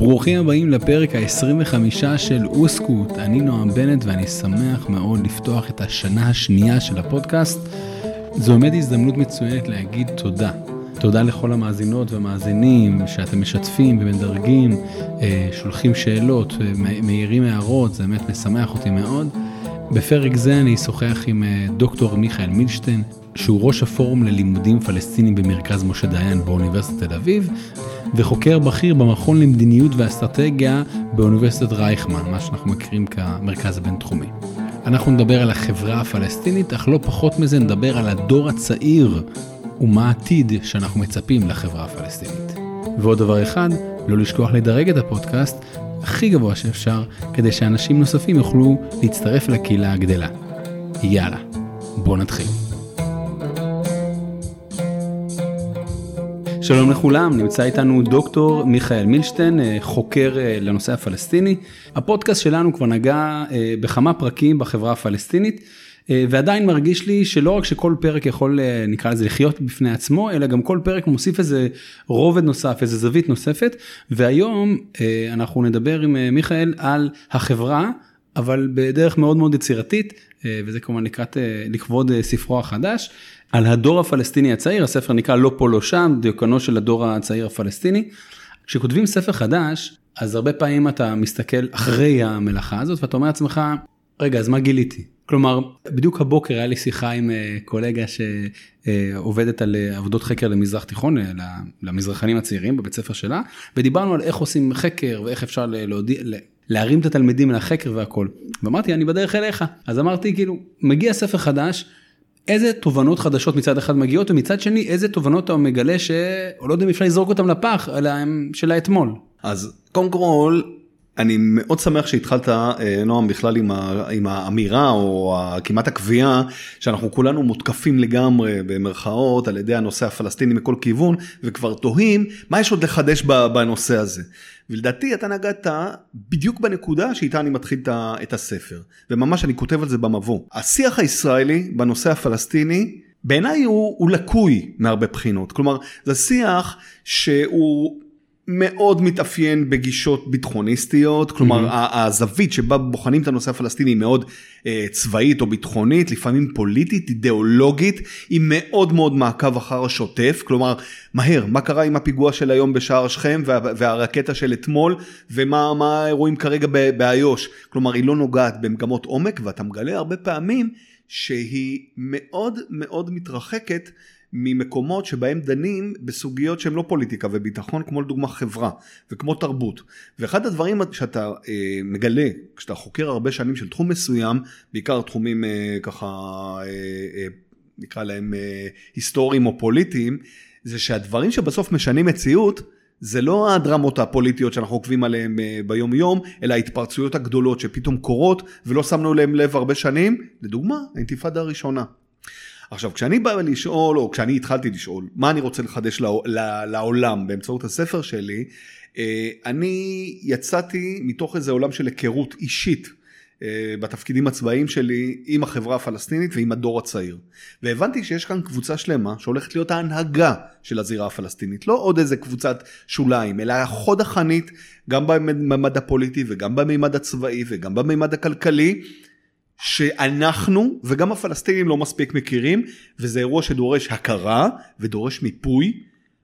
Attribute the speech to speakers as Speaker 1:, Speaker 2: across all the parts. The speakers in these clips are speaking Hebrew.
Speaker 1: ברוכים הבאים לפרק ה-25 של אוסקוט. אני נועם בנט ואני שמח מאוד לפתוח את השנה השנייה של הפודקאסט. זו באמת הזדמנות מצוינת להגיד תודה. תודה לכל המאזינות והמאזינים שאתם משתפים ומדרגים, שולחים שאלות, מעירים הערות, זה באמת משמח אותי מאוד. בפרק זה אני אשוחח עם דוקטור מיכאל מילשטיין, שהוא ראש הפורום ללימודים פלסטינים במרכז משה דיין באוניברסיטת תל אביב, וחוקר בכיר במכון למדיניות ואסטרטגיה באוניברסיטת רייכמן, מה שאנחנו מכירים כמרכז הבינתחומי. אנחנו נדבר על החברה הפלסטינית, אך לא פחות מזה נדבר על הדור הצעיר, ומה העתיד שאנחנו מצפים לחברה הפלסטינית. ועוד דבר אחד, לא לשכוח לדרג את הפודקאסט הכי גבוה שאפשר, כדי שאנשים נוספים יוכלו להצטרף לקהילה הגדלה. יאללה, בואו נתחיל. שלום לכולם, נמצא איתנו דוקטור מיכאל מילשטיין, חוקר לנושא הפלסטיני. הפודקאסט שלנו כבר נגע בכמה פרקים בחברה הפלסטינית, ועדיין מרגיש לי שלא רק שכל פרק יכול, נקרא לזה, לחיות בפני עצמו, אלא גם כל פרק מוסיף איזה רובד נוסף, איזה זווית נוספת, והיום אנחנו נדבר עם מיכאל על החברה, אבל בדרך מאוד מאוד יצירתית, וזה כמובן לכבוד ספרו החדש, על הדור הפלסטיני הצעיר. הספר נקרא לא פה לא שם, דיוקנו של הדור הצעיר הפלסטיני. כשכותבים ספר חדש, אז הרבה פעמים אתה מסתכל אחרי המלאכה הזאת, ואתה אומר לעצמך, רגע, אז מה גיליתי? כלומר, בדיוק הבוקר היה לי שיחה עם קולגה שעובדת על עבודות חקר למזרח תיכון, למזרחנים הצעירים בבית ספר שלה, ודיברנו על איך עושים חקר, ואיך אפשר להרים את התלמידים לחקר והכל. ואמרתי, אני בדרך אליך. אז אמרתי, כאילו, מגיע ספר חדש, איזה תובנות חדשות מצד אחד מגיעות, ומצד שני, איזה תובנות אתה מגלה או לא יודע אם אפשר לזרוק אותם לפח, אלא הם של האתמול.
Speaker 2: אז קודם כל, אני מאוד שמח שהתחלת, נועם, בכלל עם האמירה, או כמעט הקביעה, שאנחנו כולנו מותקפים לגמרי, במרכאות, על ידי הנושא הפלסטיני מכל כיוון, וכבר תוהים, מה יש עוד לחדש בנושא הזה? ולדעתי, אתה נגעת בדיוק בנקודה שאיתה אני מתחיל את הספר, וממש אני כותב על זה במבוא. השיח הישראלי בנושא הפלסטיני, בעיניי הוא לקוי מהרבה בחינות. כלומר, זה שיח שהוא מאוד מתאפיין בגישות ביטחוניסטיות, כלומר, הזווית שבה בוחנים את הנושא הפלסטיני היא מאוד צבאית או ביטחונית, לפעמים פוליטית, אידיאולוגית, היא מאוד מאוד מעקב אחר השוטף, כלומר, מהר, מה קרה עם הפיגוע של היום בשער שכם, והרקטה של אתמול, ומה האירועים כרגע באיו"ש, כלומר, היא לא נוגעת במגמות עומק, ואתה מגלה הרבה פעמים שהיא מאוד מאוד מתרחקת, ממקומות שבהם דנים בסוגיות שהן לא פוליטיקה וביטחון, כמו לדוגמה חברה וכמו תרבות. ואחד הדברים שאתה מגלה, כשאתה חוקר הרבה שנים של תחום מסוים, בעיקר תחומים ככה, נקרא להם היסטוריים או פוליטיים, זה שהדברים שבסוף משנים מציאות, זה לא הדרמות הפוליטיות שאנחנו עוקבים עליהן ביום יום, אלא ההתפרצויות הגדולות שפתאום קורות, ולא שמנו להם לב הרבה שנים, לדוגמה, האינתיפאדה הראשונה. עכשיו, כשאני בא לשאול, או כשאני התחלתי לשאול, מה אני רוצה לחדש לעולם באמצעות הספר שלי, אני יצאתי מתוך איזה עולם של היכרות אישית, בתפקידים הצבאיים שלי, עם החברה הפלסטינית ועם הדור הצעיר. והבנתי שיש כאן קבוצה שלמה, שהולכת להיות ההנהגה של הזירה הפלסטינית, לא עוד איזה קבוצת שוליים, אלא החוד החנית, גם בממד הפוליטי, וגם בממד הצבאי, וגם בממד הכלכלי, שאנחנו וגם הפלסטינים לא מספיק מכירים, וזה אירוע שדורש הכרה ודורש מיפוי,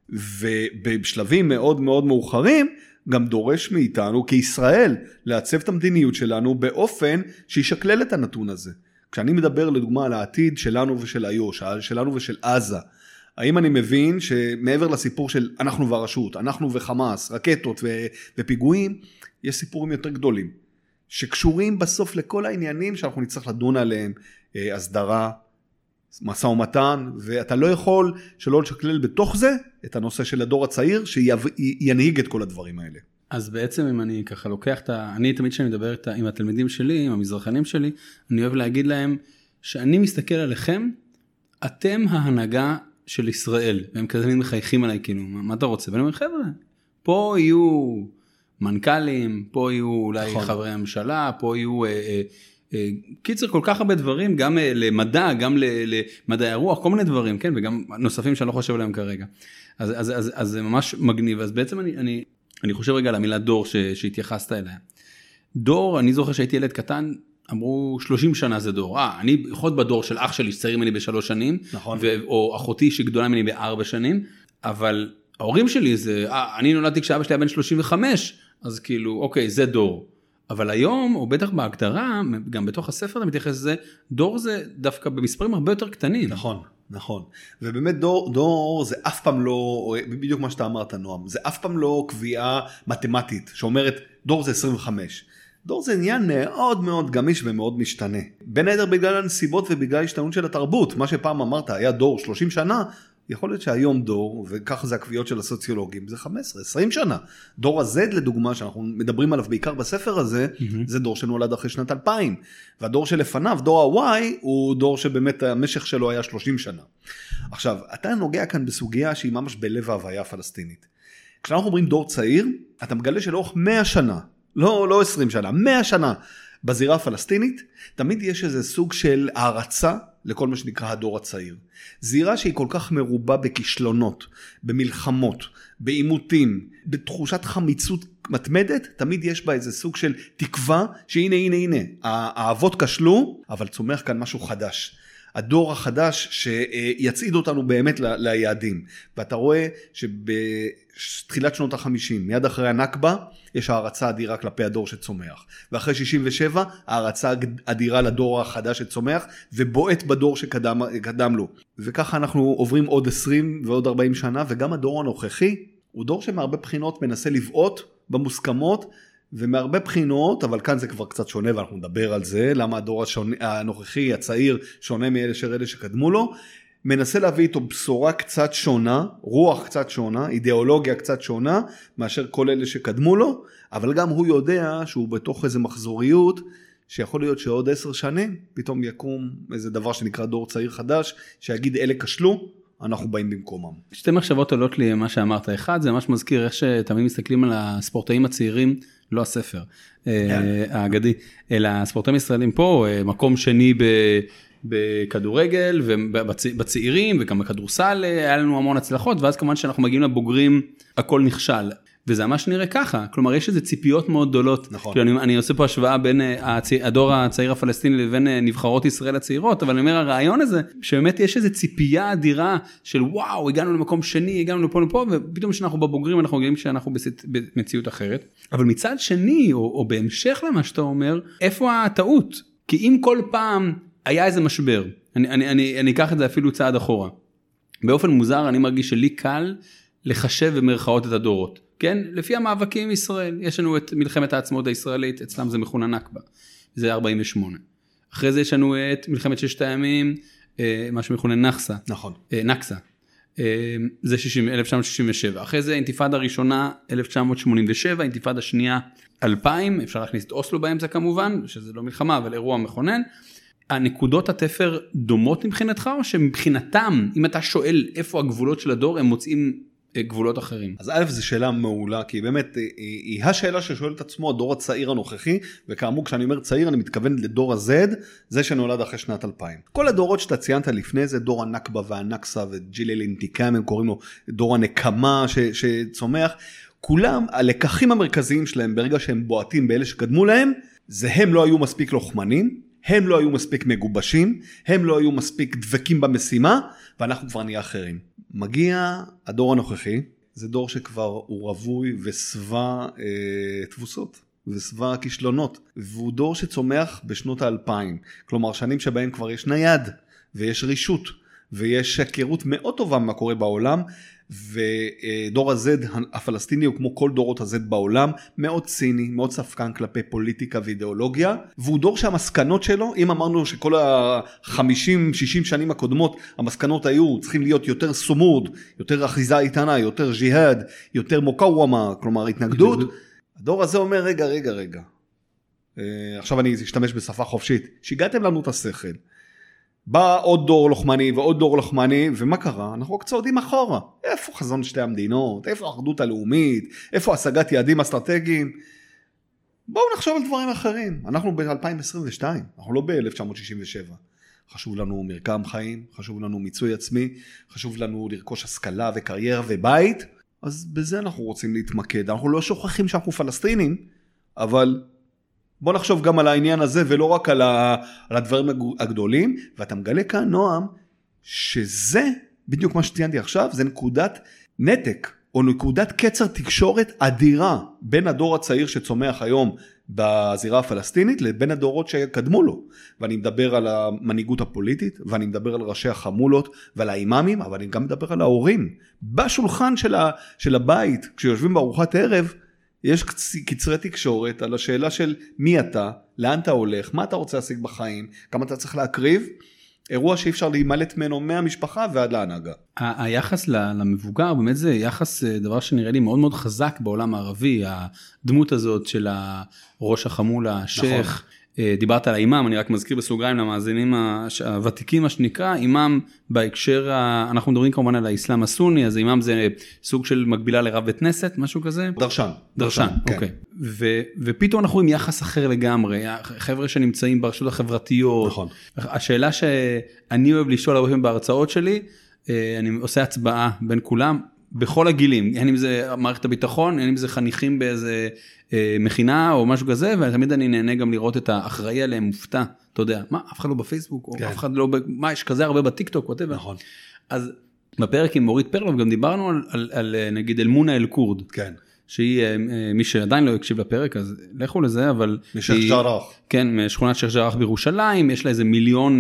Speaker 2: ובשלבים מאוד מאוד מאוחרים גם דורש מאיתנו כישראל לעצב את המדיניות שלנו באופן שישקלל את הנתון הזה. כשאני מדבר לדוגמה על העתיד שלנו ושל איו"ש, שלנו ושל עזה, האם אני מבין שמעבר לסיפור של אנחנו והרשות, אנחנו וחמאס, רקטות ופיגועים, יש סיפורים יותר גדולים. שקשורים בסוף לכל העניינים שאנחנו נצטרך לדון עליהם, הסדרה, משא ומתן, ואתה לא יכול שלא לשקלל בתוך זה את הנושא של הדור הצעיר, שינהיג את כל הדברים האלה.
Speaker 1: אז בעצם אם אני ככה לוקח אני תמיד כשאני מדבר עם התלמידים שלי, עם המזרחנים שלי, אני אוהב להגיד להם, שאני מסתכל עליכם, אתם ההנהגה של ישראל, והם כזה מחייכים עליי, כאילו, מה אתה רוצה? ואני אומר, חבר'ה, פה יהיו מנכ"לים, פה יהיו אולי חברי הממשלה, פה יהיו קיצר כל כך הרבה דברים, גם למדע, גם למדעי הרוח, כל מיני דברים, כן, וגם נוספים שאני לא חושב עליהם כרגע. אז זה ממש מגניב. אז בעצם אני אני חושב רגע על המילה דור שהתייחסת אליה. דור, אני זוכר שהייתי ילד קטן, אמרו 30 שנה זה דור. אני יכול להיות בדור של אח שלי שצעיר ממני ב3 שנים,
Speaker 2: נכון.
Speaker 1: או אחותי שגדולה ממני ב4 שנים, אבל ההורים שלי זה, אני נולדתי כשאבא שלי היה בן 35, אז כאילו, אוקיי, זה דור. אבל היום, או בטח בהגדרה, גם בתוך הספר אתה מתייחס לזה, דור זה דווקא במספרים הרבה יותר קטנים.
Speaker 2: נכון, נכון. ובאמת דור זה אף פעם לא, בדיוק מה שאתה אמרת נועם, זה אף פעם לא קביעה מתמטית, שאומרת דור זה 25. דור זה עניין מאוד מאוד גמיש ומאוד משתנה. בין היתר בגלל הנסיבות ובגלל השתנות של התרבות. מה שפעם אמרת היה דור 30 שנה, יכול להיות שהיום דור, וככה זה הקביעות של הסוציולוגים, זה 15, 20 שנה. דור ה-Z לדוגמה, שאנחנו מדברים עליו בעיקר בספר הזה, זה דור שנולד אחרי שנת 2000. והדור שלפניו, דור ה-Y, הוא דור שבאמת המשך שלו היה 30 שנה. עכשיו, אתה נוגע כאן בסוגיה שהיא ממש בלב ההוויה הפלסטינית. כשאנחנו אומרים דור צעיר, אתה מגלה שלאורך 100 שנה, לא 20 שנה, 100 שנה בזירה הפלסטינית, תמיד יש איזה סוג של הערצה לכל מה שנקרא הדור הצעיר. זירה שהיא כל כך מרובה בכישלונות, במלחמות, בעימותים, בתחושת חמיצות מתמדת, תמיד יש בה איזה סוג של תקווה שהנה, האבות כשלו, אבל צומח כאן משהו חדש. הדור החדש שיצעיד אותנו באמת ליעדים. ואתה רואה שבתחילת שנות ה-50, מיד אחרי הנכבה, יש הערצה אדירה כלפי הדור שצומח. ואחרי 67, הערצה אדירה לדור החדש שצומח, ובועט בדור שקדם לו. וככה אנחנו עוברים עוד 20 ועוד 40 שנה, וגם הדור הנוכחי, הוא דור שמהרבה בחינות מנסה לבעוט במוסכמות, ומהרבה בחינות, אבל כאן זה כבר קצת שונה, ואנחנו נדבר על זה, למה הדור הנוכחי, הצעיר, שונה מאלה שקדמו לו, מנסה להביא איתו בשורה קצת שונה, רוח קצת שונה, אידיאולוגיה קצת שונה, מאשר כל אלה שקדמו לו, אבל גם הוא יודע שהוא בתוך איזו מחזוריות, שיכול להיות שעוד 10 שנים, פתאום יקום איזה דבר שנקרא דור צעיר חדש, שיגיד אלה כשלו, אנחנו באים במקומם.
Speaker 1: שתי מחשבות עולות לי מה שאמרת. אחד, זה ממש מזכיר איך שתמיד מסתכלים על הספורטאים הצעירים, לא הספר האגדי, אלא הספורטאים ישראלים פה, מקום שני בכדורגל ובצעירים וגם בכדורסל היה לנו המון הצלחות, ואז כמובן שאנחנו מגיעים לבוגרים הכל נכשל. וזה ממש נראה ככה, כלומר יש איזה ציפיות מאוד גדולות,
Speaker 2: נכון.
Speaker 1: כאילו אני עושה פה השוואה בין הדור הצעיר הפלסטיני לבין נבחרות ישראל הצעירות, אבל אני אומר הרעיון הזה, שבאמת יש איזה ציפייה אדירה של וואו, הגענו למקום שני, הגענו לפה, ופתאום כשאנחנו בבוגרים אנחנו רואים שאנחנו במציאות אחרת, אבל מצד שני, או בהמשך למה שאתה אומר, איפה הטעות? כי אם כל פעם היה איזה משבר, אני אקח את זה אפילו צעד אחורה, באופן מוזר אני מרגיש שלי קל לחשב במרכאות את הדורות. כן? לפי המאבקים עם ישראל, יש לנו את מלחמת העצמאות הישראלית, אצלם זה מכונה נכבה, זה 48. אחרי זה יש לנו את מלחמת 6 הימים, מה שמכונה נחסה.
Speaker 2: נכון.
Speaker 1: נקסה. זה 1967. אחרי זה אינתיפאדה ראשונה 1987, אינתיפאדה שנייה 2000, אפשר להכניס את אוסלו באמצע כמובן, שזה לא מלחמה, אבל אירוע מכונן. הנקודות התפר דומות מבחינתך, או שמבחינתם, אם אתה שואל איפה הגבולות של הדור, הם מוצאים גבולות אחרים?
Speaker 2: אז א', זו שאלה מעולה, כי באמת היא השאלה ששואל את עצמו הדור הצעיר הנוכחי, וכאמור כשאני אומר צעיר אני מתכוון לדור ה-Z, זה שנולד אחרי שנת 2000. כל הדורות שאתה ציינת לפני זה, דור הנכבה והנקסה וג'ילל אינתיקם, הם קוראים לו דור הנקמה שצומח, כולם, הלקחים המרכזיים שלהם ברגע שהם בועטים באלה שקדמו להם, זה הם לא היו מספיק לוחמנים, הם לא היו מספיק מגובשים, הם לא היו מספיק דבקים במשימה, ואנחנו כבר נהיה אחרים. מגיע הדור הנוכחי, זה דור שכבר הוא רווי וסבא תבוסות, וסבא כישלונות, והוא דור שצומח בשנות ה-2000, כלומר שנים שבהם כבר יש נייד, ויש רישות, ויש הכירות מאוד טובה מה קורה בעולם, ודור ה-Z הפלסטיני הוא כמו כל דורות ה-Z בעולם, מאוד ציני, מאוד ספקן כלפי פוליטיקה ואידיאולוגיה, והוא דור שהמסקנות שלו, אם אמרנו שכל ה-50-60 שנים הקודמות, המסקנות היו צריכים להיות יותר סומוד, יותר אחיזה איתנה, יותר ג'יהאד, יותר מוקאוומה, כלומר התנגדות, הדור הזה אומר רגע, עכשיו אני אשתמש בשפה חופשית, שיגעתם לנו את השכל, בא עוד דור לוחמני ועוד דור לוחמני, ומה קרה? אנחנו רק צועדים אחורה. איפה חזון שתי המדינות? איפה האחדות הלאומית? איפה השגת יעדים אסטרטגיים? בואו נחשוב על דברים אחרים. אנחנו ב-2022, אנחנו לא ב-1967. חשוב לנו מרקם חיים, חשוב לנו מיצוי עצמי, חשוב לנו לרכוש השכלה וקריירה ובית. אז בזה אנחנו רוצים להתמקד. אנחנו לא שוכחים שאנחנו פלסטינים, אבל בוא נחשוב גם על העניין הזה, ולא רק על הדברים הגדולים, ואתה מגלה כאן, נועם, שזה, בדיוק מה שציינתי עכשיו, זה נקודת נתק, או נקודת קצר תקשורת אדירה, בין הדור הצעיר שצומח היום בזירה הפלסטינית, לבין הדורות שקדמו לו. ואני מדבר על המנהיגות הפוליטית, ואני מדבר על ראשי החמולות, ועל האימאמים, אבל אני גם מדבר על ההורים. בשולחן של הבית, כשיושבים בארוחת ערב, יש קצרי תקשורת על השאלה של מי אתה, לאן אתה הולך, מה אתה רוצה להשיג בחיים, כמה אתה צריך להקריב, אירוע שאי אפשר להימלט ממנו מהמשפחה ועד להנהגה.
Speaker 1: היחס למבוגר באמת זה יחס, דבר שנראה לי מאוד מאוד חזק בעולם הערבי, הדמות הזאת של ראש החמולה, השייח, דיברת על האימאם, אני רק מזכיר בסוגריים למאזינים הוותיקים, מה שנקרא, אימאם בהקשר, אנחנו מדברים כמובן על האסלאם הסוני, אז אימאם זה סוג של מקבילה לרב בית כנסת, משהו כזה? דרשן, אוקיי. ופתאום אנחנו רואים יחס אחר לגמרי, חבר'ה שנמצאים ברשתות החברתיות.
Speaker 2: נכון.
Speaker 1: השאלה שאני אוהב לשאול הרבה פעמים בהרצאות שלי, אני עושה הצבעה בין כולם, בכל הגילים, אין אם זה מערכת הביטחון, אין אם זה חניכים באיזה מכינה או משהו כזה, ותמיד אני נהנה גם לראות את האחראי עליהם מופתע, אתה יודע, מה, אף אחד לא בפייסבוק, או אף אחד לא, מה, יש כזה הרבה בטיקטוק, whatever.
Speaker 2: נכון.
Speaker 1: אז בפרק עם מורית פרלוב גם דיברנו על נגיד אלמונה אל-קורד,
Speaker 2: כן.
Speaker 1: שהיא, מי שעדיין לא הקשיב לפרק, אז לכו לזה, אבל...
Speaker 2: משייח ג'ראח.
Speaker 1: כן, משכונת שייח ג'ראח בירושלים, יש לה איזה 1.6 מיליון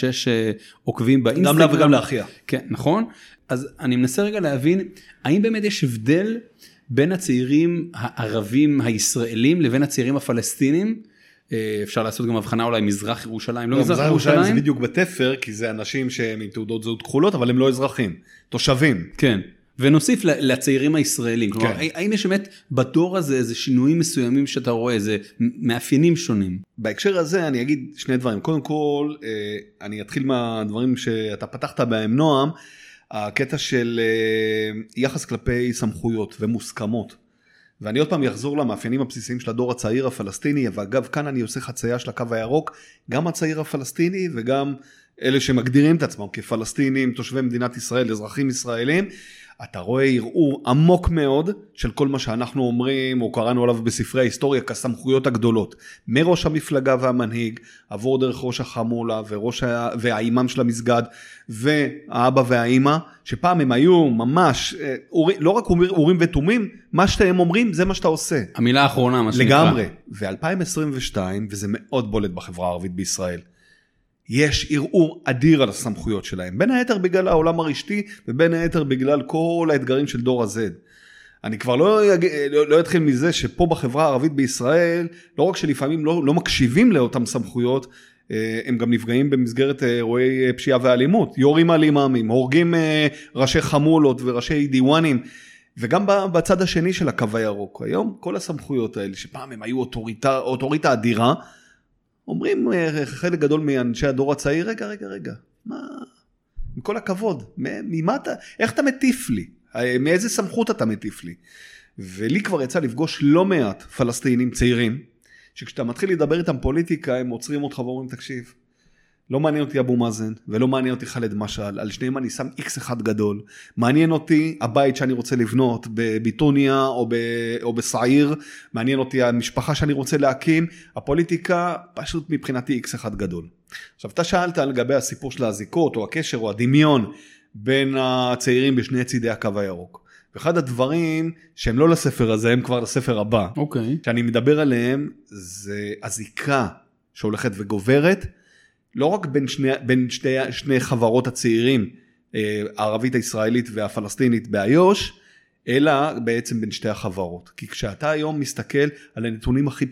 Speaker 1: עוקבים באינסטגרם.
Speaker 2: גם לה וגם לאחיה.
Speaker 1: כן, נכון. אז אני מנסה רגע להבין, האם באמת יש הבדל בין הצעירים הערבים הישראלים לבין הצעירים הפלסטינים? אפשר לעשות גם הבחנה אולי מזרח ירושלים, לא מזרח ירושלים.
Speaker 2: זה בדיוק בתפר, כי זה אנשים שהם עם תעודות זהות כחולות, אבל הם לא אזרחים, תושבים.
Speaker 1: כן. ונוסיף לצעירים הישראלים, כלומר, האם יש באמת בדור הזה איזה שינויים מסוימים שאתה רואה, איזה מאפיינים שונים?
Speaker 2: בהקשר הזה אני אגיד שני דברים. קודם כל, אני אתחיל מהדברים שאתה פתחת בהם, נועם, הקטע של יחס כלפי סמכויות ומוסכמות. ואני עוד פעם יחזור למאפיינים הבסיסיים של הדור הצעיר הפלסטיני, ואגב כאן אני עושה חצייה של הקו הירוק, גם הצעיר הפלסטיני וגם אלה שמגדירים את עצמם כפלסטינים, תושבי מדינת ישראל, אזרחים ישראלים, אתה רואה ערעור עמוק מאוד של כל מה שאנחנו אומרים, או קראנו עליו בספרי ההיסטוריה, כסמכויות הגדולות. מראש המפלגה והמנהיג, עבור דרך ראש החמולה והאימאם של המסגד, והאבא והאימא, שפעם הם היו ממש, לא רק אורים ותומים, מה שאתם אומרים זה מה שאתה עושה.
Speaker 1: המילה האחרונה, מה שנקרא.
Speaker 2: לגמרי. ו-2022, וזה מאוד בולט בחברה הערבית בישראל, יש ערעור אדיר על הסמכויות שלהם, בין היתר בגלל העולם הרשתי, ובין היתר בגלל כל האתגרים של דור ה-Z. אני כבר לא אתחיל מזה שפה בחברה הערבית בישראל, לא רק שלפעמים לא מקשיבים לאותם סמכויות, הם גם נפגעים במסגרת אירועי פשיעה ואלימות, יורים על אימאמים, הורגים ראשי חמולות וראשי דיוואנים, וגם בצד השני של הקו הירוק. היום כל הסמכויות האלה, שפעם הם היו אוטוריטה אדירה, אומרים חלק גדול מאנשי הדור הצעיר, רגע, מה, עם כל הכבוד, איך אתה מטיף לי? מאיזה סמכות אתה מטיף לי? ולי כבר יצא לפגוש לא מעט פלסטינים צעירים, שכשאתה מתחיל לדבר איתם פוליטיקה, הם עוצרים אותך ואומרים, תקשיב, לא מעניין אותי אבו מאזן, ולא מעניין אותי ח'אלד משעל, על שניהם אני שם X אחד גדול, מעניין אותי הבית שאני רוצה לבנות, בביטוניה או בסעיר, מעניין אותי המשפחה שאני רוצה להקים, הפוליטיקה פשוט מבחינתי X אחד גדול. עכשיו, אתה שאלת לגבי הסיפור של הזיקות, או הקשר, או הדמיון, בין הצעירים בשני צידי הקו הירוק. ואחד הדברים שהם לא לספר הזה, הם כבר לספר הבא, שאני מדבר עליהם, זה הזיקה שהולכת וגוברת, לא רק בין שני חברות הצעירים, הערבית הישראלית והפלסטינית באיו"ש, אלא בעצם בין שתי החברות. כי כשאתה היום מסתכל על הנתונים הכי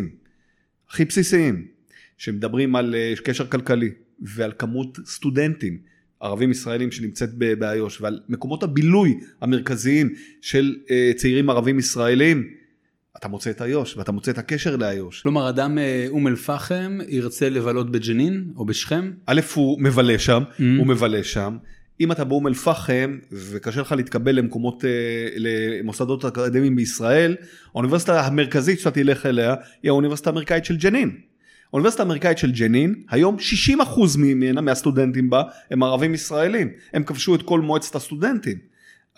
Speaker 2: בסיסיים, שמדברים על קשר כלכלי, ועל כמות סטודנטים, ערבים ישראלים שנמצאת באיו"ש, ועל מקומות הבילוי המרכזיים של צעירים ערבים ישראלים, אתה מוצא את איו"ש, ואתה מוצא את הקשר לאיו"ש.
Speaker 1: כלומר, אדם אום אל-פחם ירצה לבלות בג'נין או בשכם?
Speaker 2: א', הוא מבלה שם, אם אתה באום אל-פחם, וקשה לך להתקבל למקומות, למוסדות אקדמיים בישראל, האוניברסיטה המרכזית שאתה תלך אליה, היא האוניברסיטה האמריקאית של ג'נין. האוניברסיטה האמריקאית של ג'נין, היום 60% מהסטודנטים בה, הם ערבים ישראלים. הם כבשו את כל מועצת הסטודנטים.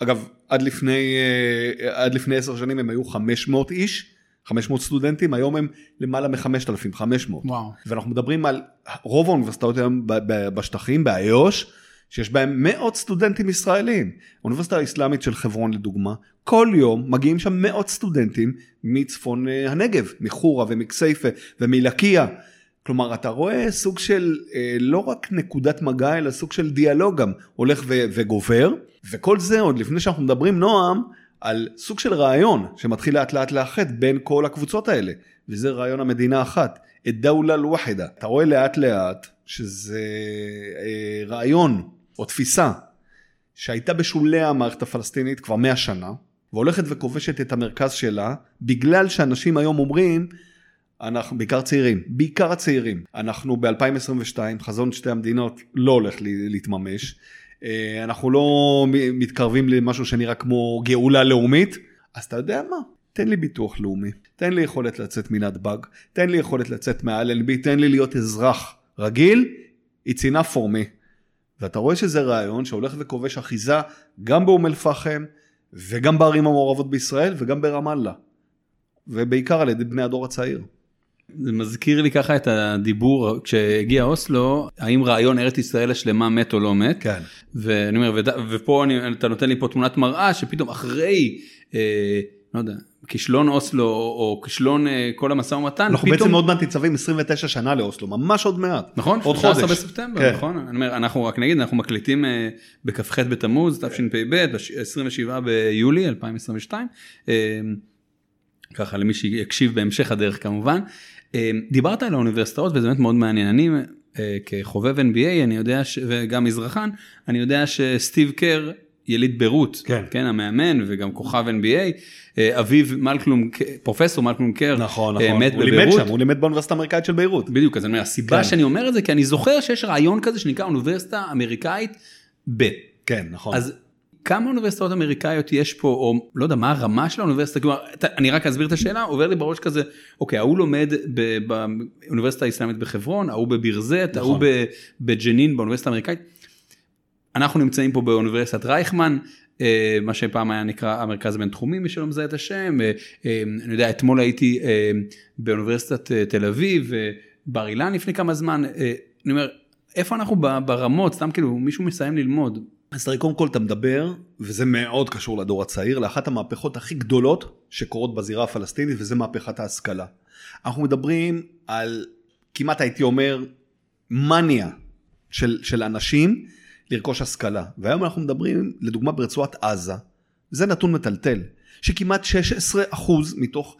Speaker 2: אגב, עד לפני 10 שנים הם היו 500 איש, 500 סטודנטים, היום הם למעלה מ-5,500.
Speaker 1: וואו.
Speaker 2: ואנחנו מדברים על רוב האוניברסיטאות היום בשטחים, באיו"ש, שיש בהם מאות סטודנטים ישראלים. האוניברסיטה האסלאמית של חברון לדוגמה, כל יום מגיעים שם מאות סטודנטים מצפון הנגב, מחורה ומכסייפה ומלקיה. כלומר, אתה רואה סוג של לא רק נקודת מגע, אלא סוג של דיאלוג גם הולך וגובר, וכל זה עוד לפני שאנחנו מדברים, נועם, על סוג של רעיון שמתחיל לאט לאט לאחד בין כל הקבוצות האלה, וזה רעיון המדינה אחת, א-דאולה אל-וואחידה. אתה רואה לאט לאט שזה רעיון או תפיסה שהייתה בשולי המערכת הפלסטינית כבר 100 שנה, והולכת וכובשת את המרכז שלה, בגלל שאנשים היום אומרים, אנחנו בעיקר הצעירים, אנחנו ב-2022, חזון שתי המדינות לא הולך להתממש, אנחנו לא מתקרבים למשהו שנראה כמו גאולה לאומית, אז אתה יודע מה? תן לי ביטוח לאומי, תן לי יכולת לצאת מנתב"ג, תן לי יכולת לצאת מאלנבי, תן לי להיות אזרח רגיל, it's enough for me. ואתה רואה שזה רעיון שהולך וכובש אחיזה גם באום אל-פחם, וגם בערים המעורבות בישראל, וגם ברמאללה. ובעיקר על ידי בני הדור הצעיר.
Speaker 1: זה מזכיר לי ככה את הדיבור, כשהגיע אוסלו, האם רעיון ארץ ישראל השלמה מת או לא מת.
Speaker 2: כן.
Speaker 1: ואני אומר, ופה אתה נותן לי פה תמונת מראה, שפתאום אחרי, לא יודע, כישלון אוסלו, או כישלון כל המשא ומתן,
Speaker 2: אנחנו
Speaker 1: פתאום...
Speaker 2: בעצם עוד מעט ניצבים 29 שנה לאוסלו, ממש עוד מעט.
Speaker 1: נכון?
Speaker 2: עוד חודש.
Speaker 1: בספטמבר, כן. נכון? אני אומר, אנחנו רק נגיד, אנחנו מקליטים בכ"ח בתמוז, תשפ"ב, 27 ביולי 2022, ככה למי שיקשיב בהמשך הדרך כמובן. דיברת על האוניברסיטאות וזה באמת מאוד מעניין, אני כחובב NBA, אני יודע, וגם מזרחן, אני יודע שסטיב קר, יליד ביירות, כן, המאמן וגם כוכב NBA, אביו פרופסור מלקלום קר,
Speaker 2: נכון,
Speaker 1: מת
Speaker 2: הוא
Speaker 1: בביירות.
Speaker 2: לימד שם, הוא לימד באוניברסיטה האמריקאית של ביירות.
Speaker 1: בדיוק, אז אני אומר, הסיבה שאני אומר את זה, כי אני זוכר שיש רעיון כזה שנקרא אוניברסיטה אמריקאית
Speaker 2: כן, נכון.
Speaker 1: אז כמה אוניברסיטאות אמריקאיות יש פה, או לא יודע, מה הרמה של האוניברסיטה, כלומר, אני רק אסביר את השאלה, עובר לי בראש כזה, אוקיי, ההוא לומד באוניברסיטה האסלאמית בחברון, ההוא בבירזט, ההוא בג'נין, באוניברסיטה האמריקאית. אנחנו נמצאים פה באוניברסיטת רייכמן, מה שפעם היה נקרא המרכז הבינתחומי, מי שלא מזהה את השם, אני יודע, אתמול הייתי באוניברסיטת תל אביב, בר אילן לפני כמה זמן, אני אומר, איפה אנחנו ברמות, סתם כאילו מישהו מסיים ללמוד.
Speaker 2: אז תראי, קודם כל אתה מדבר, וזה מאוד קשור לדור הצעיר, לאחת המהפכות הכי גדולות שקורות בזירה הפלסטינית, וזה מהפכת ההשכלה. אנחנו מדברים על, כמעט הייתי אומר, מניה של אנשים לרכוש השכלה. והיום אנחנו מדברים, לדוגמה ברצועת עזה, זה נתון מטלטל, שכמעט 16% מתוך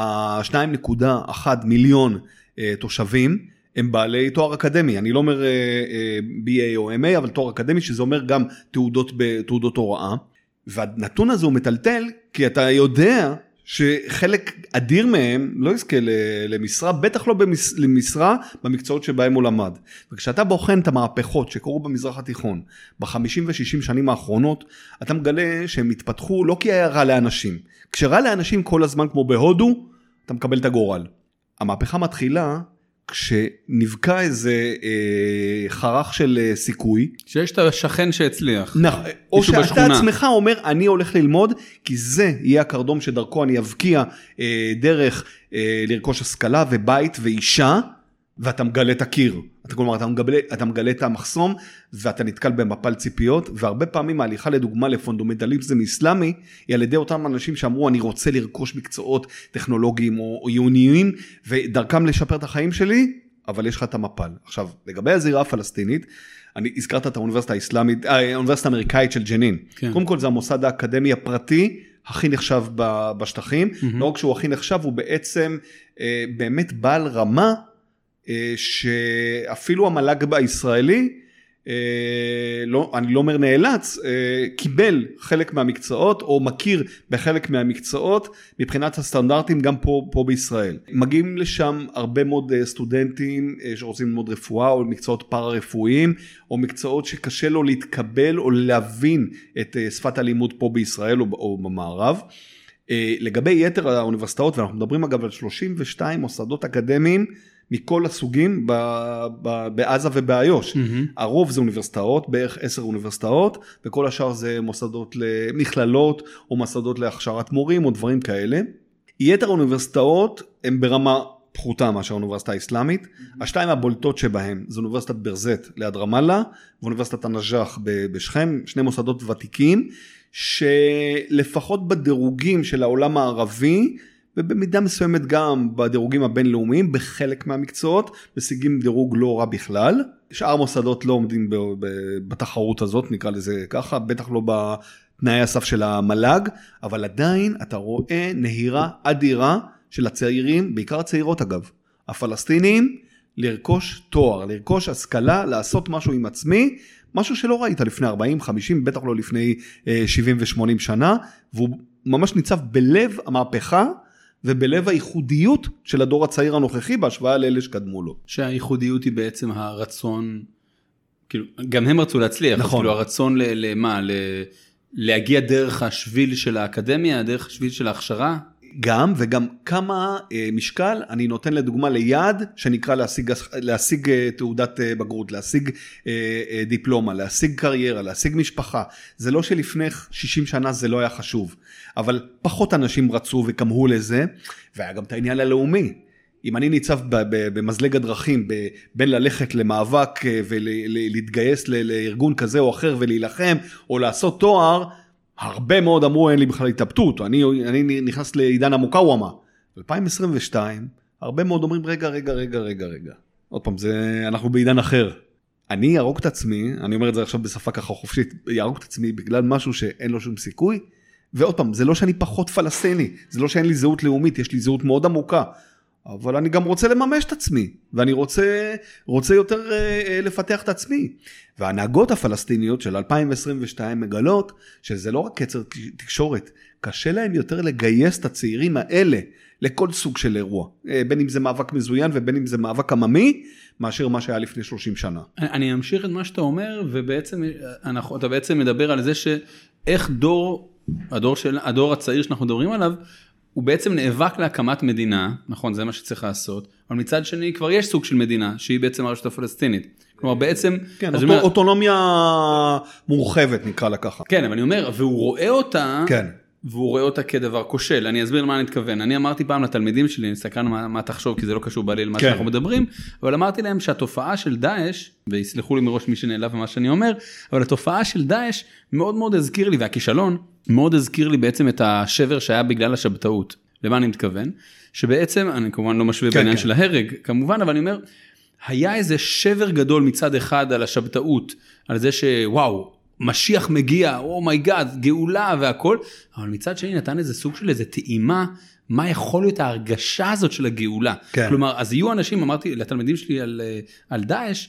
Speaker 2: ה-2.1 מיליון תושבים, הם בעלי תואר אקדמי, אני לא אומר BA או MA, אבל תואר אקדמי, שזה אומר גם תעודות הוראה, והנתון הזה הוא מטלטל, כי אתה יודע שחלק אדיר מהם לא יזכה למשרה, בטח לא למשרה במקצועות שבהם הוא למד. וכשאתה בוחן את המהפכות שקורו במזרח התיכון, ב-50 ו-60 שנים האחרונות, אתה מגלה שהם התפתחו לא כי היה רע לאנשים, כשרע לאנשים כל הזמן כמו בהודו, אתה מקבל את הגורל. המהפכה מתחילה, כשנבקע איזה חרך של סיכוי.
Speaker 1: שיש את השכן שהצליח.
Speaker 2: או שאתה עצמך אומר, אני הולך ללמוד, כי זה יהיה הקרדום שדרכו אני אבקיע דרך לרכוש השכלה ובית ואישה, ואתה מגלה את הקיר. כלומר, אתה מגלה את המחסום, ואתה נתקל במפל ציפיות, והרבה פעמים ההליכה לדוגמה לפונדומנטליזם אסלאמי, היא על ידי אותם אנשים שאמרו, אני רוצה לרכוש מקצועות טכנולוגיים או עיוניים, ודרכם לשפר את החיים שלי, אבל יש לך את המפל. עכשיו, לגבי הזירה הפלסטינית, אני הזכרת את האוניברסיטה האסלאמית, האוניברסיטה האמריקאית של ג'נין. כן. קודם כל, זה המוסד האקדמי הפרטי, הכי נחשב בשטחים, לא רק שהוא הכי נחשב, הוא בעצם באמת בעל רמה, שאפילו המל"ג הישראלי, אני לא אומר נאלץ, קיבל חלק מהמקצועות, או מכיר בחלק מהמקצועות, מבחינת הסטנדרטים גם פה בישראל. מגיעים לשם הרבה מאוד סטודנטים שרוצים ללמוד רפואה, או מקצועות פארה-רפואיים, או מקצועות שקשה לו להתקבל, או להבין את שפת הלימוד פה בישראל, או במערב. לגבי יתר האוניברסיטאות, ואנחנו מדברים אגב על 32 מוסדות אקדמיים, מכל הסוגים בעזה ובאיו"ש. הרוב זה אוניברסיטאות, בערך 10 אוניברסיטאות, וכל השאר זה מוסדות למכללות, או מוסדות להכשרת מורים, או דברים כאלה. יתר האוניברסיטאות הם ברמה פחותה מאשר האוניברסיטה האסלאמית. השתיים הבולטות שבהם זה אוניברסיטת ברזת ליד רמאללה, ואוניברסיטת הנג'אח בשכם, שני מוסדות ותיקים, שלפחות בדירוגים של העולם הערבי, ובמידה מסוימת גם בדירוגים הבינלאומיים, בחלק מהמקצועות, משיגים דירוג לא רע בכלל. שאר מוסדות לא עומדים בתחרות הזאת, נקרא לזה ככה, בטח לא בתנאי הסף של המל"ג, אבל עדיין אתה רואה נהירה אדירה של הצעירים, בעיקר הצעירות אגב, הפלסטינים, לרכוש תואר, לרכוש השכלה, לעשות משהו עם עצמי, משהו שלא ראית לפני 40, 50, בטח לא לפני 70 ו-80 שנה, והוא ממש ניצב בלב המהפכה, ובלב הייחודיות של הדור הצעיר הנוכחי, בהשוואה לאלה שקדמו לו.
Speaker 1: שהייחודיות היא בעצם הרצון, כאילו, גם הם רצו להצליח, נכון. כאילו הרצון למה? להגיע דרך השביל של האקדמיה, דרך השביל של ההכשרה?
Speaker 2: גם, וגם כמה משקל, אני נותן לדוגמה ליד, שנקרא להשיג תעודת בגרות, להשיג דיפלומה, להשיג קריירה, להשיג משפחה. זה לא שלפני 60 שנה זה לא היה חשוב, אבל פחות אנשים רצו וכמהו לזה, והיה גם את העניין הלאומי. אם אני ניצב במזלג הדרכים, בין ללכת למאבק ולהתגייס לארגון כזה או אחר ולהילחם, או לעשות תואר, הרבה מאוד אמרו, אין לי בכלל התאבטות, אני נכנס לעידן המוקאוומה. 2022, הרבה מאוד אומרים, רגע. עוד פעם, אנחנו בעידן אחר. אני ירוג את עצמי, אני אומר את זה עכשיו בשפה ככה חופשית, ירוג את עצמי בגלל משהו שאין לו שום סיכוי, ועוד פעם, זה לא שאני פחות פלסטיני, זה לא שאין לי זהות לאומית, יש לי זהות מאוד עמוקה, אבל אני גם רוצה לממש את עצמי, ואני רוצה יותר לפתח את עצמי. וההנהגות הפלסטיניות של 2022 מגלות שזה לא רק קצר תקשורת, קשה להם יותר לגייס את הצעירים האלה לכל סוג של אירוע, בין אם זה מאבק מזוין ובין אם זה מאבק עממי, מאשר מה שהיה לפני 30 שנה.
Speaker 1: אני אמשיך את מה שאתה אומר, ובעצם אתה בעצם מדבר על זה שאיך הדור הצעיר שאנחנו מדברים עליו, הוא בעצם נאבק להקמת מדינה, נכון, זה מה שצריך לעשות, אבל מצד שני כבר יש סוג של מדינה, שהיא בעצם הרשות הפלסטינית. כלומר בעצם...
Speaker 2: כן, אוטונומיה מורחבת נקרא לה ככה.
Speaker 1: כן, אבל אני אומר, והוא רואה אותה,
Speaker 2: כן.
Speaker 1: והוא רואה אותה כדבר כושל. אני אסביר למה אני מתכוון. אני אמרתי פעם לתלמידים שלי, אני סקרן מה תחשוב, כי זה לא קשור בעליל מה שאנחנו מדברים, אבל אמרתי להם שהתופעה של דאעש, ויסלחו לי מראש מי שנעלב במה שאני אומר, אבל התופעה של דאעש מאוד מאוד הזכיר לי, והכישלון מאוד הזכיר לי בעצם את השבר שהיה בגלל השבתאות. למה אני מתכוון? שבעצם, אני כמובן לא משווה בעניין של ההרג, כמובן, אבל אני אומר, היה איזה שבר גדול מצד אחד על השבתאות, על זה שוואו, משיח מגיע, אומייגאד, גאולה והכל, אבל מצד שני נתן איזה סוג של איזה טעימה, מה יכול להיות ההרגשה הזאת של הגאולה. כן. כלומר, אז יהיו אנשים, אמרתי לתלמידים שלי על דאעש,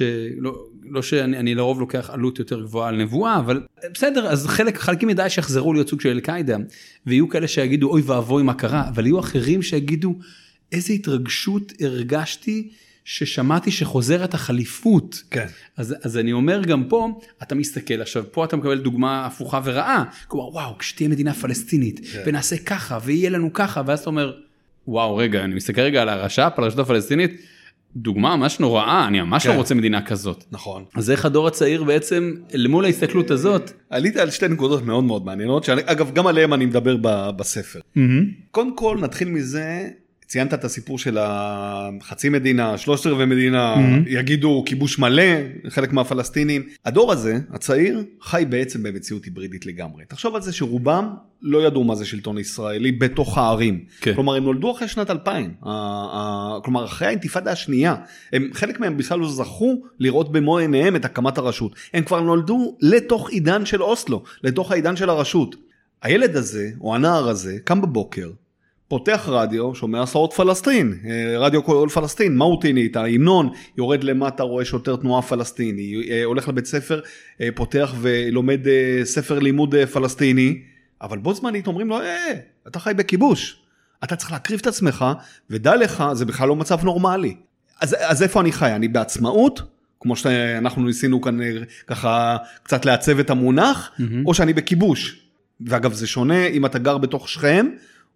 Speaker 1: לא שאני לרוב לוקח עלות יותר גבוהה על נבואה, אבל בסדר, אז חלקים מדאעש יחזרו להיות סוג של אל-קאעידה, ויהיו כאלה שיגידו, אוי ואבוי מה קרה, אבל יהיו אחרים שיגידו, איזה התרגשות הרגשתי, ששמעתי שחוזרת החליפות.
Speaker 2: כן.
Speaker 1: אז אני אומר גם פה, אתה מסתכל עכשיו, פה אתה מקבל דוגמה הפוכה ורעה, כלומר, וואו, כשתהיה מדינה פלסטינית, ונעשה ככה, ויהיה לנו ככה, ואז אתה אומר, וואו, רגע, אני מסתכל רגע על הרש"פ, על הרשות הפלסטינית, דוגמה ממש נוראה, אני ממש לא רוצה מדינה כזאת.
Speaker 2: נכון.
Speaker 1: אז איך הדור הצעיר בעצם, למול ההסתכלות הזאת?
Speaker 2: עליתי על שתי נקודות מאוד מאוד מעניינות, שאגב, גם עליהם אני מדבר בספר. קודם כל, נתחיל מזה, ציינת את הסיפור של החצי מדינה, 3/4 מדינה, יגידו כיבוש מלא, חלק מהפלסטינים. הדור הזה, הצעיר, חי בעצם במציאות היברידית לגמרי. תחשוב על זה שרובם לא ידעו מה זה שלטון ישראלי בתוך הערים. כן. כלומר, הם נולדו אחרי שנת 2000. כלומר, אחרי האינתיפאדה השנייה. חלק מהם בכלל לא זכו לראות במו עיניהם את הקמת הרשות. הם כבר נולדו לתוך עידן של אוסלו, לתוך העידן של הרשות. הילד הזה, או הנער הזה, קם בבוקר, פותח רדיו, שומע סעות פלסטין, רדיו קול פלסטין, מאוטיני, את ההמנון, יורד למטה, רואה שוטר תנועה פלסטיני, הולך לבית ספר, פותח ולומד ספר לימוד פלסטיני, אבל בו זמנית אומרים לו, אתה חי בכיבוש, אתה צריך להקריב את עצמך, ודע לך, זה בכלל לא מצב נורמלי. אז איפה אני חי? אני בעצמאות, כמו שאנחנו ניסינו כאן ככה קצת לעצב את המונח, או שאני בכיבוש. ואגב, זה שונה אם אתה גר בתוך שכם,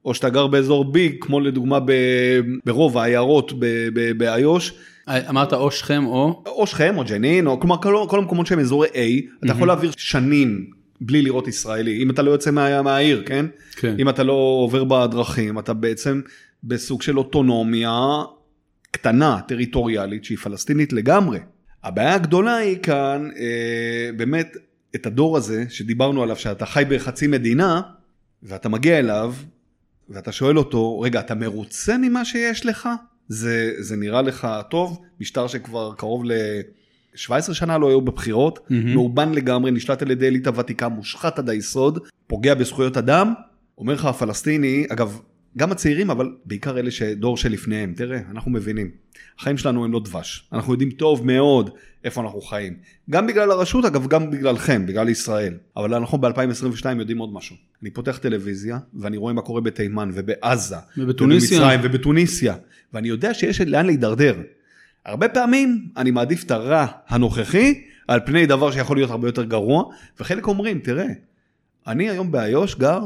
Speaker 2: או שאתה גר באזור B, כמו לדוגמה ברוב העיירות באיו"ש.
Speaker 1: אמרת או שכם
Speaker 2: או שכם או ג'נין, או כלומר כל המקומות שהם אזורי A, אתה יכול להעביר שנים בלי לראות ישראלי, אם אתה לא יוצא מהעיר, כן?
Speaker 1: כן.
Speaker 2: אם אתה לא עובר בדרכים, אתה בעצם בסוג של אוטונומיה קטנה, טריטוריאלית, שהיא פלסטינית לגמרי. הבעיה הגדולה היא כאן, באמת, את הדור הזה שדיברנו עליו, שאתה חי בחצי מדינה, ואתה מגיע אליו, ואתה שואל אותו, רגע, אתה מרוצה ממה שיש לך? זה נראה לך טוב? משטר שכבר קרוב ל-17 שנה לא היו בבחירות, מאובן לגמרי, נשלט על ידי אליטה ותיקה, מושחת עד היסוד, פוגע בזכויות אדם, אומר לך הפלסטיני, אגב, גם הצעירים, אבל בעיקר אלה שדור שלפניהם, תראה, אנחנו מבינים, החיים שלנו הם לא דבש, אנחנו יודעים טוב מאוד איפה אנחנו חיים, גם בגלל הרשות, אגב, גם בגללכם, בגלל ישראל, אבל אנחנו ב-2022 יודעים עוד משהו, אני פותח טלוויזיה, ואני רואה מה קורה בתימן, ובעזה, ובמצרים, ובתוניסיה, ואני יודע שיש לאן להידרדר, הרבה פעמים אני מעדיף את הרע הנוכחי, על פני דבר שיכול להיות הרבה יותר גרוע, וחלק אומרים, תראה, אני היום באיו"ש גר,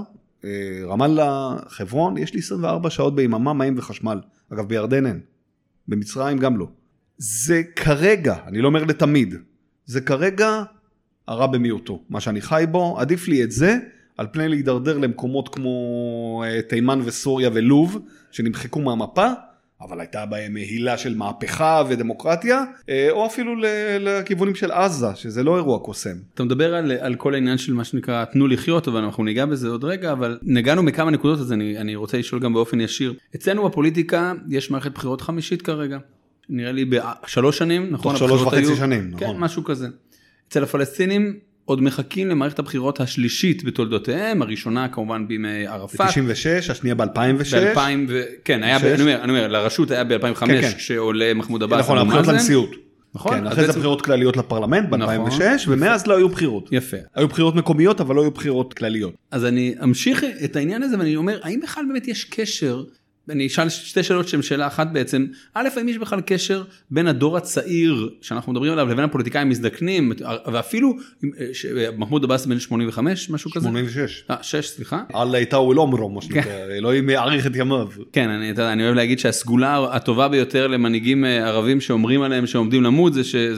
Speaker 2: רמאללה, חברון, יש לי 24 שעות ביממה, מים וחשמל. אגב, בירדן אין. במצרים גם לא. זה כרגע, אני לא אומר לתמיד, זה כרגע הרע במיעוטו. מה שאני חי בו, עדיף לי את זה, על פני להידרדר למקומות כמו תימן וסוריה ולוב, שנמחקו מהמפה, אבל הייתה בהם הילה של מהפכה ודמוקרטיה, או אפילו לכיוונים של עזה, שזה לא אירוע קוסם.
Speaker 1: אתה מדבר על כל העניין של מה שנקרא תנו לחיות, אבל אנחנו ניגע בזה עוד רגע, אבל נגענו מכמה נקודות, אז אני רוצה לשאול גם באופן ישיר. אצלנו בפוליטיקה יש מערכת בחירות חמישית כרגע, נראה לי ב3 שנים, נכון?
Speaker 2: תוך 3.5 שנים, נכון.
Speaker 1: כן, משהו כזה. אצל הפלסטינים עוד מחכים למערכת הבחירות השלישית בתולדותיהם, הראשונה כמובן בימי ערפאת.
Speaker 2: ב-96, השנייה ב-2006.
Speaker 1: כן, אני אומר, לרשות היה ב-2005, כשעולה מחמוד עבאס.
Speaker 2: נכון, הבחירות לנשיאות.
Speaker 1: נכון.
Speaker 2: כן, אחרי זה בחירות כלליות לפרלמנט ב-2006, ומאז לא היו בחירות.
Speaker 1: יפה.
Speaker 2: היו בחירות מקומיות, אבל לא היו בחירות כלליות.
Speaker 1: אז אני אמשיך את העניין הזה, ואני אומר, האם בכלל באמת יש קשר, אני אשאל שתי שאלות שהן שאלה אחת בעצם, א', האם יש בכלל קשר בין הדור הצעיר שאנחנו מדברים עליו לבין הפוליטיקאים מזדקנים, ואפילו מחמוד עבאס בן 85, משהו כזה?
Speaker 2: 86.
Speaker 1: 6, סליחה.
Speaker 2: אללה איתו לא אמרו, מה שנקרא, אלוהים יעריך את ימיו.
Speaker 1: כן, אני אוהב להגיד שהסגולה הטובה ביותר למנהיגים ערבים שאומרים עליהם שעומדים למות,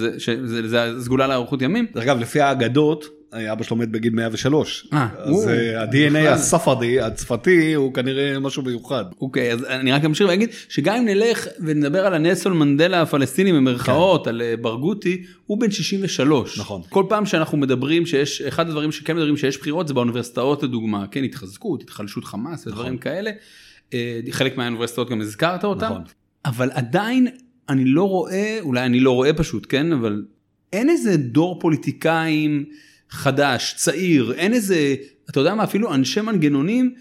Speaker 1: זה הסגולה לאריכות ימים.
Speaker 2: דרך אגב, לפי האגדות, אבא שלו מת בגיל 103. אז ה-DNA הספרדי, הצפתי, הוא כנראה משהו מיוחד.
Speaker 1: אוקיי, אז אני רק אמשיך ואגיד, שגם אם נלך ונדבר על הנלסון מנדלה הפלסטיני במרכאות, על ברגותי, הוא בן 63.
Speaker 2: נכון.
Speaker 1: כל פעם שאנחנו מדברים שיש, אחד הדברים שכן מדברים שיש בחירות, זה באוניברסיטאות לדוגמה, כן, התחזקות, התחלשות חמאס ודברים כאלה. חלק מהאוניברסיטאות גם הזכרת אותם. נכון. אבל עדיין אני לא רואה, אולי אני לא רואה פשוט, כן, אבל אין איזה דור פוליטיקאים חדש, צעיר, אין איזה, אתה יודע מה, אפילו אנשי מנגנונים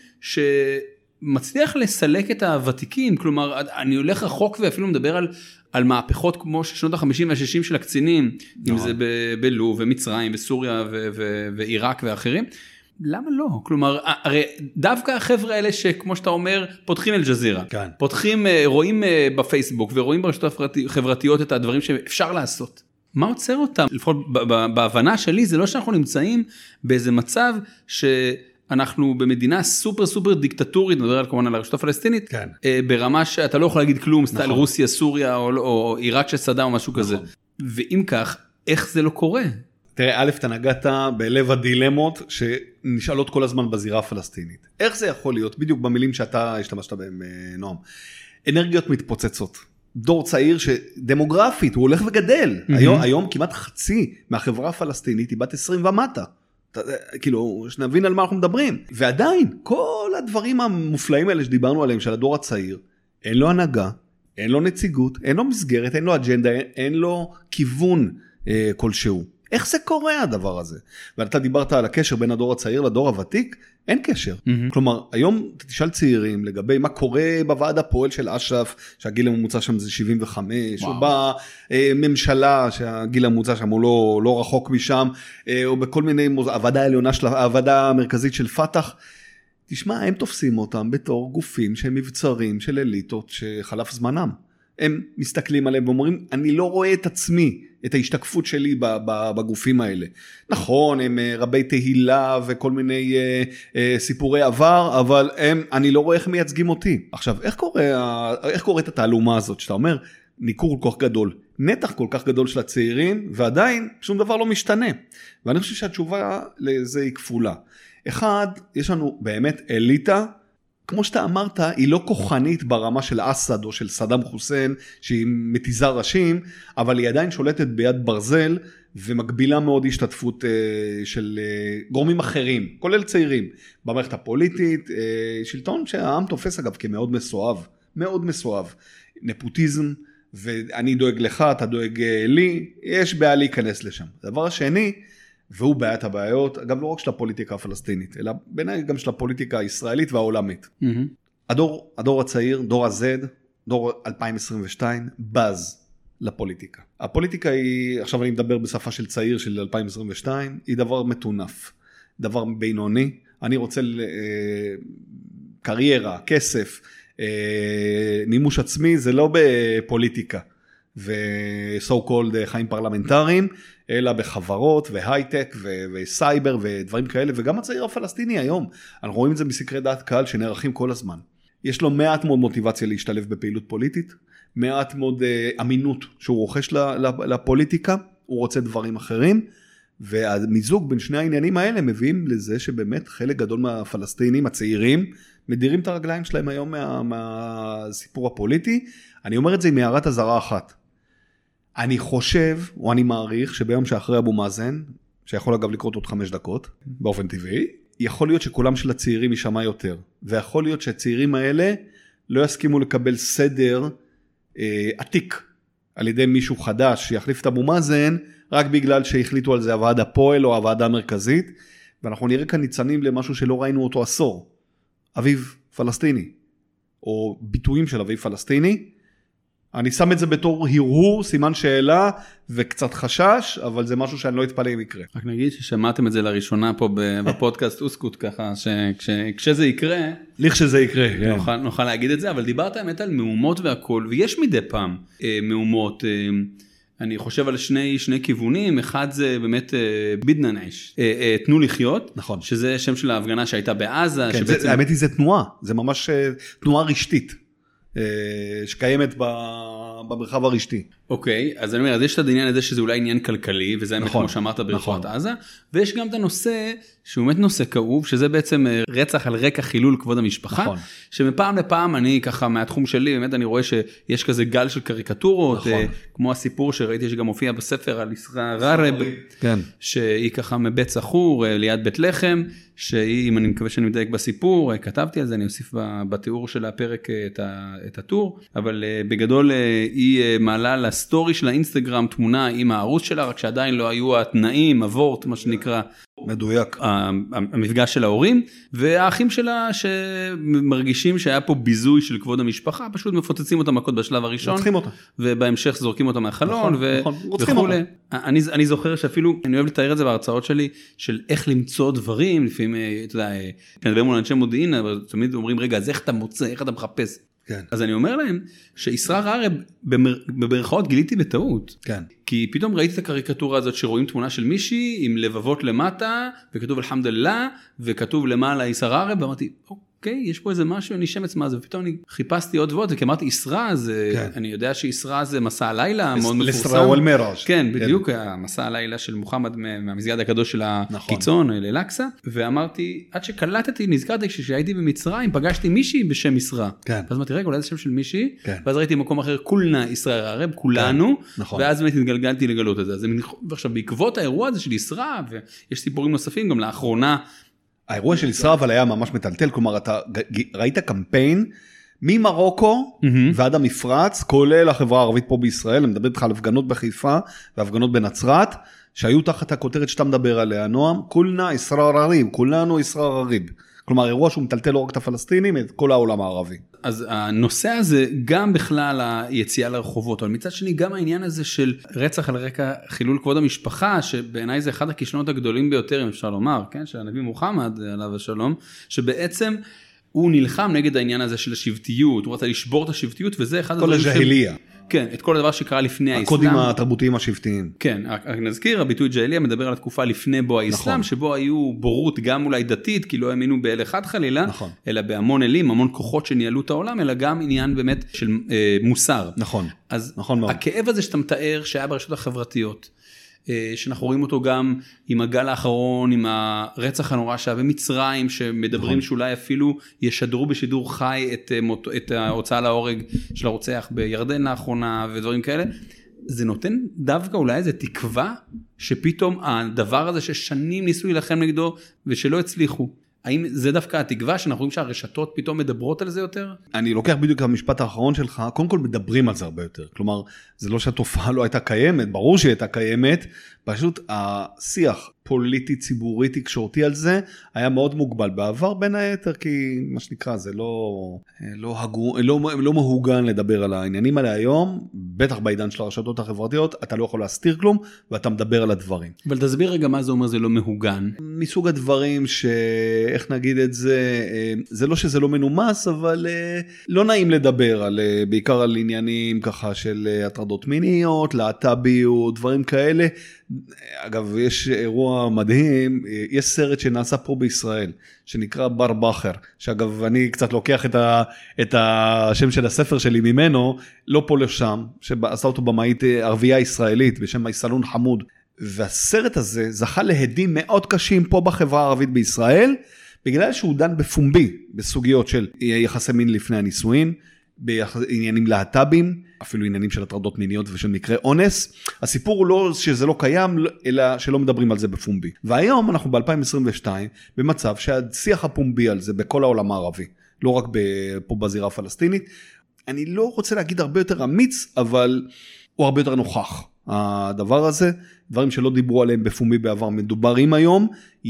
Speaker 1: שמצליח לסלק את הוותיקים, כלומר, אני הולך רחוק ואפילו מדבר על מהפכות כמו שנות ה-50 וה-60 של הקצינים, אם זה בלוב ומצרים וסוריה ועיראק ואחרים, למה לא? כלומר, הרי דווקא החבר'ה האלה שכמו שאתה אומר, פותחים אל-ג'זירה, פותחים, רואים בפייסבוק ורואים ברשתות חברתיות את הדברים שאפשר לעשות. מה עוצר אותם? לפחות בהבנה שלי, זה לא שאנחנו נמצאים באיזה מצב שאנחנו במדינה סופר סופר דיקטטורית, נדבר על כמובן על הרשות הפלסטינית,
Speaker 2: כן.
Speaker 1: ברמה שאתה לא יכול להגיד כלום,
Speaker 2: נכון.
Speaker 1: סטייל רוסיה, סוריה או עיראק של סדאם או משהו כזה. ואם כך, איך זה לא קורה?
Speaker 2: תראה, א', אתה נגעת בלב הדילמות שנשאלות כל הזמן בזירה הפלסטינית. איך זה יכול להיות? בדיוק במילים שאתה השתמשת בהם, נועם. אנרגיות מתפוצצות. דור צעיר שדמוגרפית, הוא הולך וגדל. היום כמעט חצי מהחברה הפלסטינית היא בת 20 ומטה. כאילו, שנבין על מה אנחנו מדברים. ועדיין, כל הדברים המופלאים האלה שדיברנו עליהם, של הדור הצעיר, אין לו הנהגה, אין לו נציגות, אין לו מסגרת, אין לו אג'נדה, אין לו כיוון כלשהו. איך זה קורה הדבר הזה? ואתה דיברת על הקשר בין הדור הצעיר לדור הוותיק, אין קשר. כלומר, היום אתה תשאל צעירים לגבי מה קורה בוועד הפועל של אש"ף, שהגיל הממוצע שם זה 75, או בממשלה שהגיל הממוצע שם הוא לא רחוק משם, או בכל מיני, הוועדה העליונה של, הוועדה המרכזית של פתח, תשמע, הם תופסים אותם בתור גופים שהם מבצרים של אליטות שחלף זמנם. הם מסתכלים עליהם ואומרים, אני לא רואה את עצמי, את ההשתקפות שלי בגופים האלה. נכון, הם רבי תהילה וכל מיני סיפורי עבר, אבל אני לא רואה איך מייצגים אותי. עכשיו, איך קורית התעלומה הזאת, שאתה אומר, ניכור כל כך גדול, נתח כל כך גדול של הצעירים, ועדיין שום דבר לא משתנה. ואני חושב שהתשובה לזה היא כפולה. אחד, יש לנו באמת אליטה, כמו שאתה אמרת, היא לא כוחנית ברמה של אסד או של סדאם חוסיין, שהיא מתיזה ראשים, אבל היא עדיין שולטת ביד ברזל, ומגבילה מאוד השתתפות של גורמים אחרים, כולל צעירים, במערכת הפוליטית, שלטון שהעם תופס אגב כמאוד מסואב, מאוד מסואב, נפוטיזם, ואני דואג לך, אתה דואג לי, יש בעיה להיכנס לשם. הדבר השני, והוא בעיית הבעיות, אגב לא רק של הפוליטיקה הפלסטינית, אלא בעיניי גם של הפוליטיקה הישראלית והעולמית. הדור הצעיר, דור ה-Z, דור 2022, בז לפוליטיקה. הפוליטיקה היא, עכשיו אני מדבר בשפה של צעיר של 2022, היא דבר מטונף, דבר בינוני, אני רוצה קריירה, כסף, מימוש עצמי, זה לא בפוליטיקה, ו-so called חיים פרלמנטריים, אלא בחברות והייטק וסייבר ודברים כאלה, וגם הצעיר הפלסטיני היום, אנחנו רואים את זה בסקרי דעת קהל שנערכים כל הזמן. יש לו מעט מאוד מוטיבציה להשתלב בפעילות פוליטית, מעט מאוד אמינות שהוא רוכש לפוליטיקה, הוא רוצה דברים אחרים, והמיזוג בין שני העניינים האלה מביאים לזה שבאמת חלק גדול מהפלסטינים הצעירים, מדירים את הרגליים שלהם היום מהסיפור הפוליטי. אני אומר את זה עם הערת אזהרה אחת. אני חושב, או אני מעריך, שביום שאחרי אבו מאזן, שיכול אגב לקרות עוד 5 דקות, באופן טבעי, יכול להיות שקולם של הצעירים יישמע יותר. ויכול להיות שהצעירים האלה לא יסכימו לקבל סדר עתיק על ידי מישהו חדש שיחליף את אבו מאזן, רק בגלל שהחליטו על זה הוועד הפועל או הוועדה המרכזית, ואנחנו נראה כאן ניצנים למשהו שלא ראינו אותו עשור. אביב פלסטיני, או ביטויים של אביב פלסטיני, אני שם את זה בתור הרהור, סימן שאלה, וקצת חשש, אבל זה משהו שאני לא אתפלא אם יקרה.
Speaker 1: רק נגיד ששמעתם את זה לראשונה פה בפודקאסט אוסקוט, ככה שכשזה יקרה,
Speaker 2: לכשזה יקרה,
Speaker 1: נוכל להגיד את זה, אבל דיברת האמת על מהומות והכל, ויש מדי פעם מהומות, אני חושב על שני כיוונים, אחד זה באמת בידנא נעיש, תנו לחיות,
Speaker 2: נכון.
Speaker 1: שזה שם של ההפגנה שהייתה בעזה.
Speaker 2: כן, שבעצם... האמת היא זה תנועה, זה ממש תנועה רשתית, שקיימת במרחב הרשתי.
Speaker 1: אוקיי, אז אני אומר, אז יש את העניין הזה שזה אולי עניין כלכלי, וזה באמת כמו שאמרת ברצועת עזה, ויש גם את הנושא, שהוא באמת נושא כאוב, שזה בעצם רצח על רקע חילול כבוד המשפחה, שמפעם לפעם אני ככה מהתחום שלי, באמת אני רואה שיש כזה גל של קריקטורות, כמו הסיפור שראיתי שגם מופיע בספר על ישרה ררב, שהיא ככה מבית סחור ליד בית לחם, שהיא, אם אני מקווה שאני מדייק בסיפור, כתבתי על זה, אני אוסיף בתיאור של הפרק את הטור, אבל בגדול היא מעלה לסטורי של האינסטגרם תמונה עם הערוץ שלה, רק שעדיין לא היו התנאים, הוורט, מה שנקרא,
Speaker 2: מדויק.
Speaker 1: המפגש של ההורים, והאחים שלה שמרגישים שהיה פה ביזוי של כבוד המשפחה, פשוט מפוצצים אותה מכות בשלב הראשון,
Speaker 2: רוצחים אותה.
Speaker 1: ובהמשך זורקים אותה מהחלון,
Speaker 2: רוצחים אותה.
Speaker 1: אני זוכר שאפילו, אני אוהב לתאר את זה בהרצאות שלי, של איך למצוא דברים, לפעמים, אתה יודע, כנראה מול אנשי מודיעין, אבל תמיד אומרים, רגע, אז איך אתה מוצא, איך אתה מחפש?
Speaker 2: כן.
Speaker 1: אז אני אומר להם שישרה ררב במרכאות גיליתי בטעות.
Speaker 2: כן.
Speaker 1: כי פתאום ראיתי את הקריקטורה הזאת שרואים תמונה של מישהי עם לבבות למטה, וכתוב אלחמדוללה, וכתוב למעלה ישרה ררב, ואמרתי, אוקיי, יש פה איזה משהו, אני שמץ מה זה, ופתאום אני חיפשתי עוד ועוד, וכי אמרתי ישרה, אני יודע שישרה זה מסע הלילה מאוד מפורסם.
Speaker 2: לסרה ולמראז'.
Speaker 1: כן, בדיוק, המסע הלילה של מוחמד מהמסגד הקדוש של הקיצון, לאל-אקצא, ואמרתי, עד שקלטתי, נזכרתי כשהייתי במצרים, פגשתי מישהי בשם ישרה.
Speaker 2: כן.
Speaker 1: ואז אמרתי, רגע, אולי זה שם של מישהי, ואז ראיתי במקום אחר, כולנה ישרה ררב, כולנו, ואז באמת התגלגלתי לגלות את זה. ועכשיו, בעקבות האירוע הזה של ישרה, ויש סיפורים נוספים גם לאחרונה,
Speaker 2: האירוע של ישרה אבל היה ממש מטלטל, כלומר אתה ראית קמפיין ממרוקו ועד המפרץ, כולל החברה הערבית פה בישראל, אני מדבר איתך על הפגנות בחיפה והפגנות בנצרת, שהיו תחת הכותרת שאתה מדבר עליה, נועם, כולנה ישרה רריב, כולנו ישרה רריב. כלומר, אירוע שהוא מטלטל לא רק את הפלסטינים, את כל העולם הערבי.
Speaker 1: אז הנושא הזה, גם בכלל היציאה לרחובות, אבל מצד שני, גם העניין הזה של רצח על רקע חילול כבוד המשפחה, שבעיניי זה אחד הכישלונות הגדולים ביותר, אם אפשר לומר, כן? של הנביא מוחמד, עליו השלום, שבעצם הוא נלחם נגד העניין הזה של השבטיות, הוא רצה לשבור את השבטיות, וזה אחד
Speaker 2: כל הג'היליה.
Speaker 1: כן, את כל הדבר שקרה לפני האסלאם.
Speaker 2: הקודים התרבותיים השבטיים.
Speaker 1: כן, נזכיר, הביטוי ג'היליה מדבר על התקופה לפני בו האסלאם, נכון. שבו היו בורות גם אולי דתית, כי לא האמינו באל אחד חלילה, נכון. אלא בהמון אלים, המון כוחות שניהלו את העולם, אלא גם עניין באמת של מוסר.
Speaker 2: נכון,
Speaker 1: אז
Speaker 2: נכון מאוד.
Speaker 1: הכאב הזה שאתה מתאר, שהיה ברשתות החברתיות, שאנחנו רואים אותו גם עם הגל האחרון, עם הרצח הנורא שהיה במצרים, שמדברים שאולי אפילו ישדרו בשידור חי את ההוצאה להורג של הרוצח בירדן לאחרונה ודברים כאלה. זה נותן דווקא אולי איזה תקווה שפתאום הדבר הזה ששנים ניסו להילחם נגדו ושלא הצליחו. האם זה דווקא התקווה שאנחנו רואים שהרשתות פתאום מדברות על זה יותר?
Speaker 2: אני לוקח בדיוק את המשפט האחרון שלך, קודם כל מדברים על זה הרבה יותר. כלומר, זה לא שהתופעה לא הייתה קיימת, ברור שהיא הייתה קיימת, פשוט השיח פוליטי, ציבורי, תקשורתי על זה, היה מאוד מוגבל בעבר, בין היתר, כי מה שנקרא, זה לא מהוגן לדבר על העניינים האלה היום, בטח בעידן של הרשתות החברתיות, אתה לא יכול להסתיר כלום, ואתה מדבר על הדברים.
Speaker 1: אבל תסביר רגע מה זה אומר, זה לא מהוגן.
Speaker 2: מסוג הדברים איך נגיד את זה, זה לא שזה לא מנומס, אבל לא נעים לדבר בעיקר על עניינים ככה של הטרדות מיניות, להט"ביות, דברים כאלה. אגב, יש אירוע מדהים, יש סרט שנעשה פה בישראל, שנקרא בר בחר, שאגב, אני קצת לוקח את השם של הספר שלי ממנו, לא פה לשם, שעשה אותו במאית ערבייה ישראלית, בשם סלון חמוד, והסרט הזה זכה להדים מאוד קשים פה בחברה הערבית בישראל, בגלל שהוא דן בפומבי, בסוגיות של יחסי מין לפני הנישואין, בעניינים להט"בים, אפילו עניינים של הטרדות מיניות ושל מקרה אונס. הסיפור הוא לא שזה לא קיים, אלא שלא מדברים על זה בפומבי. והיום אנחנו ב-2022 במצב שהשיח הפומבי על זה בכל העולם הערבי, לא רק פה בזירה הפלסטינית. אני לא רוצה להגיד הרבה יותר אמיץ, אבל הוא הרבה יותר נוכח. הדבר הזה, דברים שלא דיברו עליהם בפומבי בעבר מדוברים היום,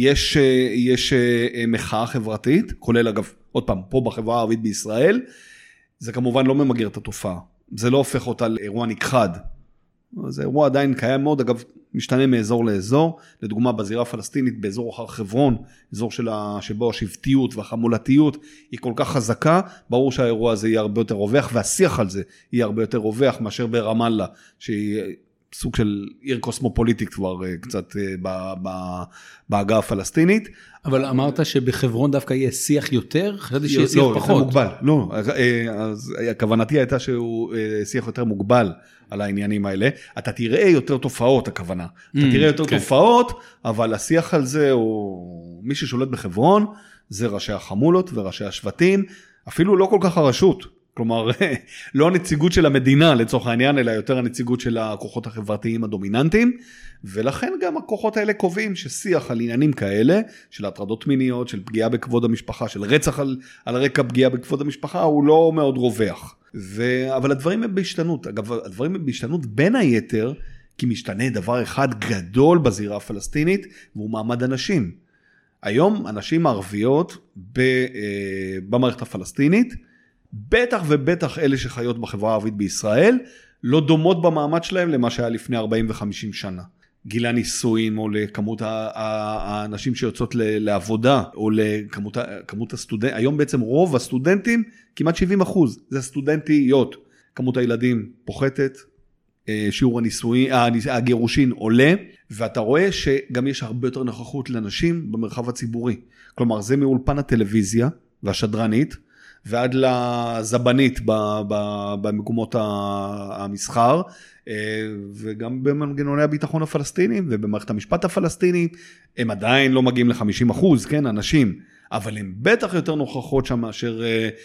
Speaker 2: יש מחאה חברתית, כולל אגב, עוד פעם, פה בחברה הערבית בישראל, זה כמובן לא ממגר את התופעה, זה לא הופך אותה לאירוע נכחד, זה אירוע עדיין קיים מאוד, אגב משתנה מאזור לאזור, לדוגמה בזירה הפלסטינית, באזור אחר חברון, אזור שבו השבטיות והחמולתיות היא כל כך חזקה, ברור שהאירוע הזה יהיה הרבה יותר רווח, והשיח על זה יהיה הרבה יותר רווח מאשר ברמאללה, שהיא סוג של עיר קוסמופוליטית כבר קצת בהגה הפלסטינית.
Speaker 1: אבל אמרת שבחברון דווקא יהיה שיח יותר? חשבתי שיהיה שיח פחות.
Speaker 2: לא, מוגבל. לא, אז הכוונתי הייתה שהוא שיח יותר מוגבל על העניינים האלה. אתה תראה יותר תופעות, הכוונה. אתה תראה יותר תופעות, אבל השיח על זה הוא מי ששולט בחברון, זה ראשי החמולות וראשי השבטים, אפילו לא כל כך הרשות. כלומר, לא הנציגות של המדינה לצורך העניין, אלא יותר הנציגות של הכוחות החברתיים הדומיננטיים, ולכן גם הכוחות האלה קובעים ששיח על עניינים כאלה, של הטרדות מיניות, של פגיעה בכבוד המשפחה, של רצח על רקע פגיעה בכבוד המשפחה, הוא לא מאוד רווח. אבל הדברים הם בהשתנות. אגב, הדברים הם בהשתנות בין היתר, כי משתנה דבר אחד גדול בזירה הפלסטינית, והוא מעמד הנשים. היום הנשים הערביות במערכת הפלסטינית, בטח ובטח אלה שחיות בחברה הערבית בישראל, לא דומות במעמד שלהם למה שהיה לפני 40 ו-50 שנה. גיל הנישואין, או לכמות האנשים שיוצאות לעבודה, או לכמות הסטודנטים, היום בעצם רוב הסטודנטים, כמעט 70%, זה סטודנטיות. כמות הילדים פוחתת, שיעור הגירושין עולה, ואתה רואה שגם יש הרבה יותר נוכחות לנשים במרחב הציבורי. כלומר, זה מאולפן הטלוויזיה והשדרנית, ועד לזבנית במקומות המסחר, וגם במנגנוני הביטחון הפלסטינים, ובמערכת המשפט הפלסטיני, הם עדיין לא מגיעים ל-50%, כן, אנשים, אבל הם בטח יותר נוכחות שם, מאשר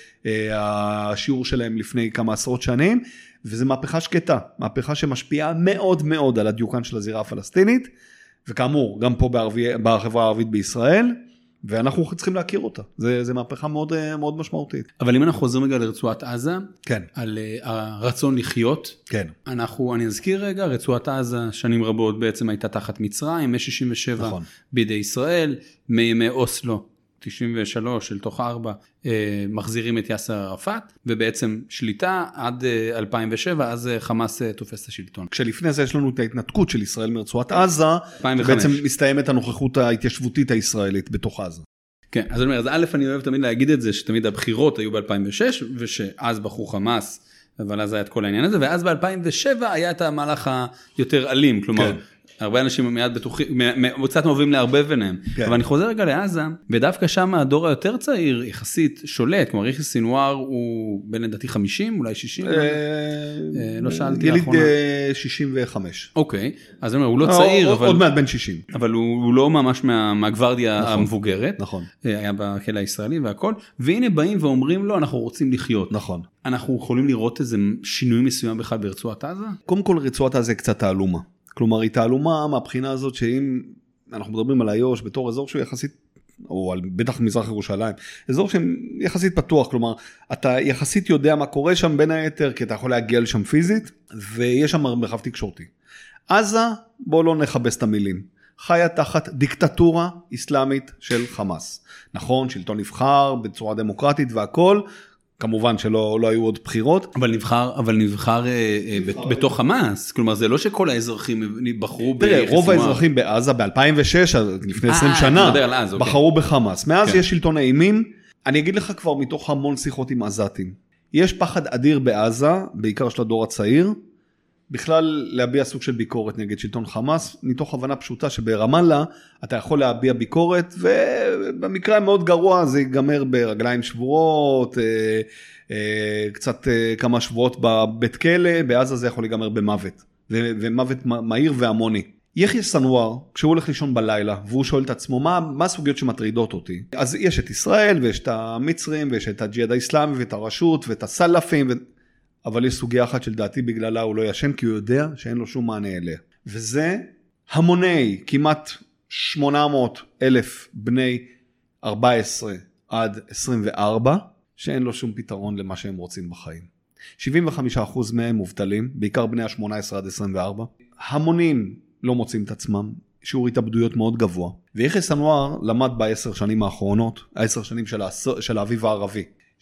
Speaker 2: השיעור שלהם לפני כמה עשרות שנים, וזה מהפכה שקטה, מהפכה שמשפיעה מאוד מאוד על הדיוקן של הזירה הפלסטינית, וכאמור, גם פה בחברה הערבית בישראל, ואנחנו צריכים להכיר אותה. זה מהפכה מאוד, מאוד משמעותית.
Speaker 1: אבל אם אנחנו חוזרים רגע לרצועת עזה,
Speaker 2: כן.
Speaker 1: על הרצון לחיות,
Speaker 2: כן.
Speaker 1: אני אזכיר רגע, רצועת עזה שנים רבות בעצם הייתה תחת מצרים, מ-67
Speaker 2: נכון.
Speaker 1: בידי ישראל, מימי אוסלו, 93 של תוך 4, מחזירים את יאסר ערפאת, ובעצם שליטה עד 2007, אז חמאס תופס את השלטון.
Speaker 2: כשלפני זה יש לנו את ההתנתקות של ישראל מרצועת עזה,
Speaker 1: 2005.
Speaker 2: בעצם מסתיימת הנוכחות ההתיישבותית הישראלית בתוך עזה.
Speaker 1: כן, אז אני אומר, אז א', אני אוהב תמיד להגיד את זה, שתמיד הבחירות היו ב-2006, ושאז בחרו חמאס, אבל אז היה את כל העניין הזה, ואז ב-2007 היה את המהלך היותר אלים, כלומר, הרבה אנשים מיד בטוחים, קצת מובילים לערבב ביניהם, אבל אני חוזר רגע לעזה, ודווקא שם הדור היותר צעיר, יחסית שולט, כלומר, יחיא סינואר הוא בין לדעתי 50, אולי 60, לא שאלתי לאחרונה.
Speaker 2: יליד 65.
Speaker 1: אוקיי, אז אני אומר, הוא לא צעיר,
Speaker 2: עוד מעט בן 60.
Speaker 1: אבל הוא לא ממש מהגוורדיה המבוגרת,
Speaker 2: נכון.
Speaker 1: היה בכלא הישראלי והכל, והנה באים ואומרים לו, אנחנו רוצים לחיות.
Speaker 2: נכון.
Speaker 1: אנחנו יכולים לראות איזה שינוי מסוים בכלל ברצועת עזה?
Speaker 2: קודם כל רצועת עזה קצת תעלומה. כלומר, היא תעלומה מהבחינה הזאת שאם אנחנו מדברים על איו"ש בתור אזור שהוא יחסית, או על בטח מזרח ירושלים, אזור שיחסית פתוח, כלומר, אתה יחסית יודע מה קורה שם בין היתר, כי אתה יכול להגיע לשם פיזית, ויש שם מרחב תקשורתי. עזה, בוא לא נכבס את המילים, חיה תחת דיקטטורה אסלאמית של חמאס. נכון, שלטון נבחר בצורה דמוקרטית והכל, כמובן שלא היו עוד בחירות.
Speaker 1: אבל נבחר בתוך חמאס, כלומר זה לא שכל האזרחים בחרו
Speaker 2: תראה, רוב האזרחים בעזה ב-2006, לפני 20 שנה, בחרו בחמאס. מאז יש שלטון אימים, אני אגיד לך כבר מתוך המון שיחות עם עזתים. יש פחד אדיר בעזה, בעיקר של הדור הצעיר, בכלל להביע סוג של ביקורת נגד שלטון חמאס, מתוך הבנה פשוטה שברמאללה אתה יכול להביע ביקורת, ובמקרה מאוד גרוע זה ייגמר ברגליים שבורות, קצת כמה שבועות בבית כלא, בעזה זה יכול להיגמר במוות, ומוות מהיר והמוני. יחיא סנואר, כשהוא הולך לישון בלילה, והוא שואל את עצמו, מה הסוגיות שמטרידות אותי? אז יש את ישראל, ויש את המצרים, ויש את הג'יהאד האסלאמי, ואת הרשות, ואת הסלפים, אבל יש סוגיה אחת שלדעתי בגללה הוא לא ישן, כי הוא יודע שאין לו שום מענה אליה. וזה המוני, כמעט 800,000 בני 14 עד 24, שאין לו שום פתרון למה שהם רוצים בחיים. 75% מהם מובטלים, בעיקר בני ה-18 עד 24. המונים לא מוצאים את עצמם, שיעור התאבדויות מאוד גבוה. ויחיא סנואר למד ב10 שנים האחרונות, 10 שנים של האביב הערבי,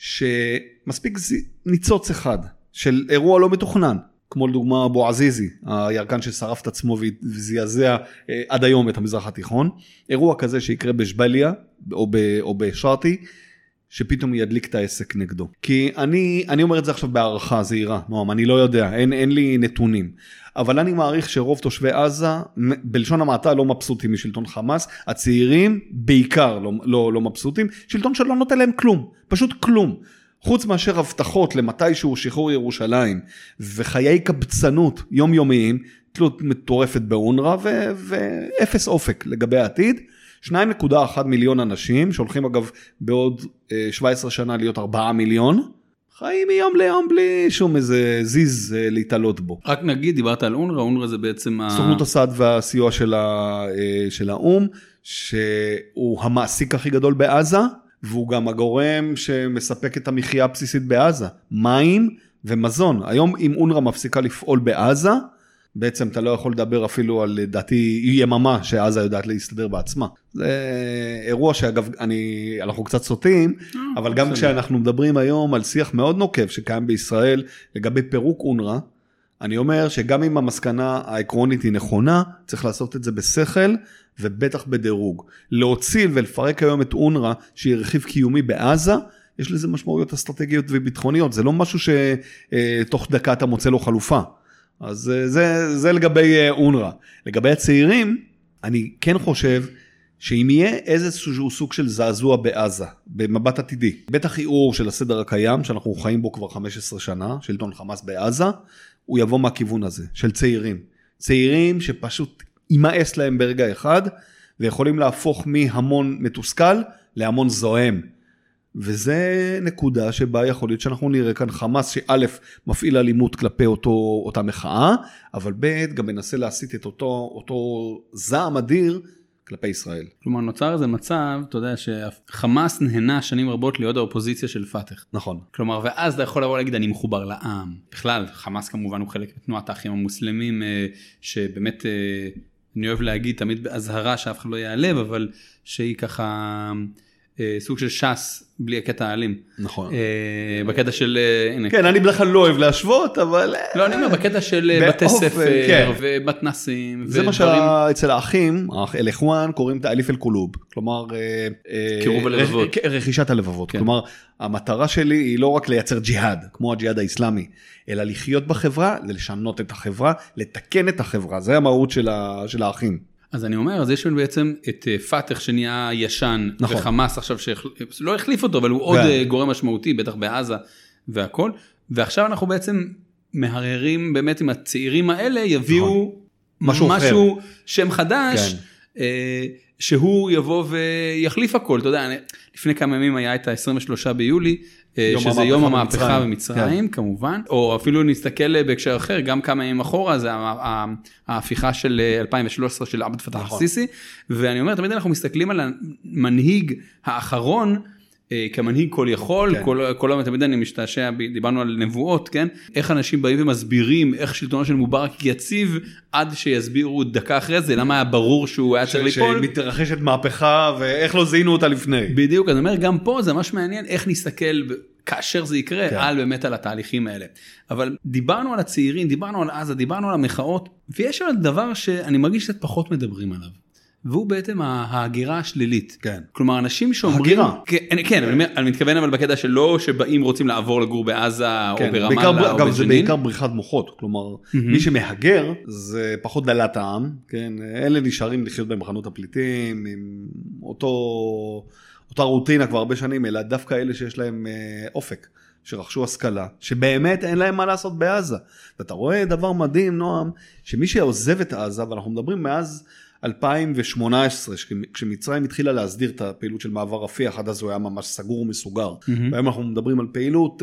Speaker 2: שמספיק ניצוץ אחד, של אירוע לא מתוכנן, כמו לדוגמה אבו עזיזי, הירקן ששרף את עצמו וזעזע עד היום את המזרח התיכון, אירוע כזה שיקרה בשבליה או בשרתי, שפתאום ידליק את העסק נגדו. כי אני אומר את זה עכשיו בהערכה זהירה, נועם, אני לא יודע, אין לי נתונים, אבל אני מעריך שרוב תושבי עזה, בלשון המעטה לא מבסוטים משלטון חמאס, הצעירים בעיקר לא מבסוטים, שלטון שלא נותן להם כלום, פשוט כלום. חוץ מאשר הבטחות למתישהו שחרור ירושלים, וחיי קבצנות יומיומיים, תלות מטורפת באונר"א, ואפס אופק לגבי העתיד, 2.1 מיליון אנשים, שהולכים אגב בעוד 17 שנה להיות 4 מיליון, חיים מיום ליום בלי שום איזה זיז להתעלות בו.
Speaker 1: רק נגיד, דיברת על אונר"א, אונר"א זה בעצם
Speaker 2: סוכנות הסעד והסיוע של האו"ם, שהוא המעסיק הכי גדול בעזה, והוא גם הגורם שמספק את המחיה הבסיסית בעזה, מים ומזון. היום אם אונר"א מפסיקה לפעול בעזה, בעצם אתה לא יכול לדבר אפילו על דעתי יממה שעזה יודעת להסתדר בעצמה. זה אירוע שאגב אנחנו קצת סוטים, אבל גם כשאנחנו מדברים היום על שיח מאוד נוקב שקיים בישראל לגבי פירוק אונר"א, אני אומר שגם אם המסקנה העקרונית היא נכונה, צריך לעשות את זה בשכל ובטח בדירוג. להוציא ולפרק היום את אונר"א שהיא רכיב קיומי בעזה, יש לזה משמעויות אסטרטגיות וביטחוניות, זה לא משהו שתוך דקה אתה מוצא לו חלופה. אז זה לגבי אונר"א. לגבי הצעירים, אני כן חושב שאם יהיה איזשהו סוג של זעזוע בעזה, במבט עתידי, בטח עיעור של הסדר הקיים, שאנחנו חיים בו כבר 15 שנה, שלטון חמאס בעזה, הוא יבוא מהכיוון הזה, של צעירים. צעירים שפשוט יימאס להם ברגע אחד, ויכולים להפוך מהמון מתוסכל להמון זוהם. וזה נקודה שבה יכול להיות שאנחנו נראה כאן חמאס שא' מפעיל אלימות כלפי אותה מחאה, אבל ב' גם מנסה להסיט את אותו זעם אדיר כלפי ישראל.
Speaker 1: כלומר נוצר איזה מצב, אתה יודע שחמאס נהנה שנים רבות להיות האופוזיציה של פתח.
Speaker 2: נכון.
Speaker 1: כלומר ואז אתה יכול לבוא להגיד אני מחובר לעם. בכלל חמאס כמובן הוא חלק מתנועת האחים המוסלמים שבאמת אני אוהב להגיד תמיד בהזהרה שאף אחד לא יעלב, אבל שהיא ככה סוג של ש"ס בלי הקטע האלים.
Speaker 2: נכון.
Speaker 1: בקטע של, הנה.
Speaker 2: כן, אני בדרך כלל לא אוהב להשוות, אבל...
Speaker 1: לא, אני אומר, בקטע של בתי ספר ומתנסים.
Speaker 2: זה מה שאצל האחים, אל איחואן, קוראים את האליף אל קולוב. כלומר,
Speaker 1: קירוב הלבבות.
Speaker 2: רכישת הלבבות. כלומר, המטרה שלי היא לא רק לייצר ג'יהאד, כמו הג'יהאד האסלאמי, אלא לחיות בחברה, לשנות את החברה, לתקן את החברה. זה המהות של האחים.
Speaker 1: אז אני אומר, אז יש לנו בעצם את פתח שנהיה ישן, נכון. וחמאס עכשיו שלא החליף אותו, אבל הוא עוד גורם משמעותי, בטח בעזה והכל, ועכשיו אנחנו בעצם מהרהרים באמת עם הצעירים האלה, יביאו נכון. משהו שם חדש, כן. שהוא יבוא ויחליף הכל, אתה יודע, לפני כמה ימים היה את ה-23 ביולי, שזה יום המהפכה במצרים, כמובן, או אפילו נסתכל בהקשר אחר, גם כמה ימים אחורה, זה ההפיכה של 2013 של עבד פתח סיסי, ואני אומר, תמיד אנחנו מסתכלים על המנהיג האחרון, כמנהיג כל יכול, כל היום תמיד אני משתעשע, דיברנו על נבואות, כן? איך אנשים באים ומסבירים איך שלטונו של מובארק יציב, עד שיסבירו דקה אחרי זה, למה היה ברור שהוא היה צריך ליפול.
Speaker 2: שמתרחשת מהפכה, ואיך לא זיהינו אותה לפני.
Speaker 1: בדיוק, אני אומר, גם פה זה ממש מעניין, איך נסתכל, כאשר זה יקרה, על באמת על התהליכים האלה. אבל דיברנו על הצעירים, דיברנו על עזה, דיברנו על המחאות, ויש על דבר שאני מרגיש שקצת פחות מדברים עליו. והוא בעצם ההגירה השלילית.
Speaker 2: כן.
Speaker 1: כלומר, אנשים שאומרים... הגירה. כן, אני מתכוון אבל בקטע שלא שבאים רוצים לעבור לגור בעזה או ברמאללה או בג'נין.
Speaker 2: אגב, זה בעיקר בריחת מוחות. כלומר, מי שמהגר זה פחות דלת העם. כן, אלה נשארים לחיות במחנות הפליטים, עם אותה רוטינה כבר הרבה שנים, אלא דווקא אלה שיש להם אופק, שרכשו השכלה, שבאמת אין להם מה לעשות בעזה. ואתה רואה דבר מדהים, נועם, שמי שעוזב את עזה, ואנחנו מדברים מאז 2018, כשמצרים התחילה להסדיר את הפעילות של מעבר רפיח, עד אז הוא היה ממש סגור ומסוגר. והיום אנחנו מדברים על פעילות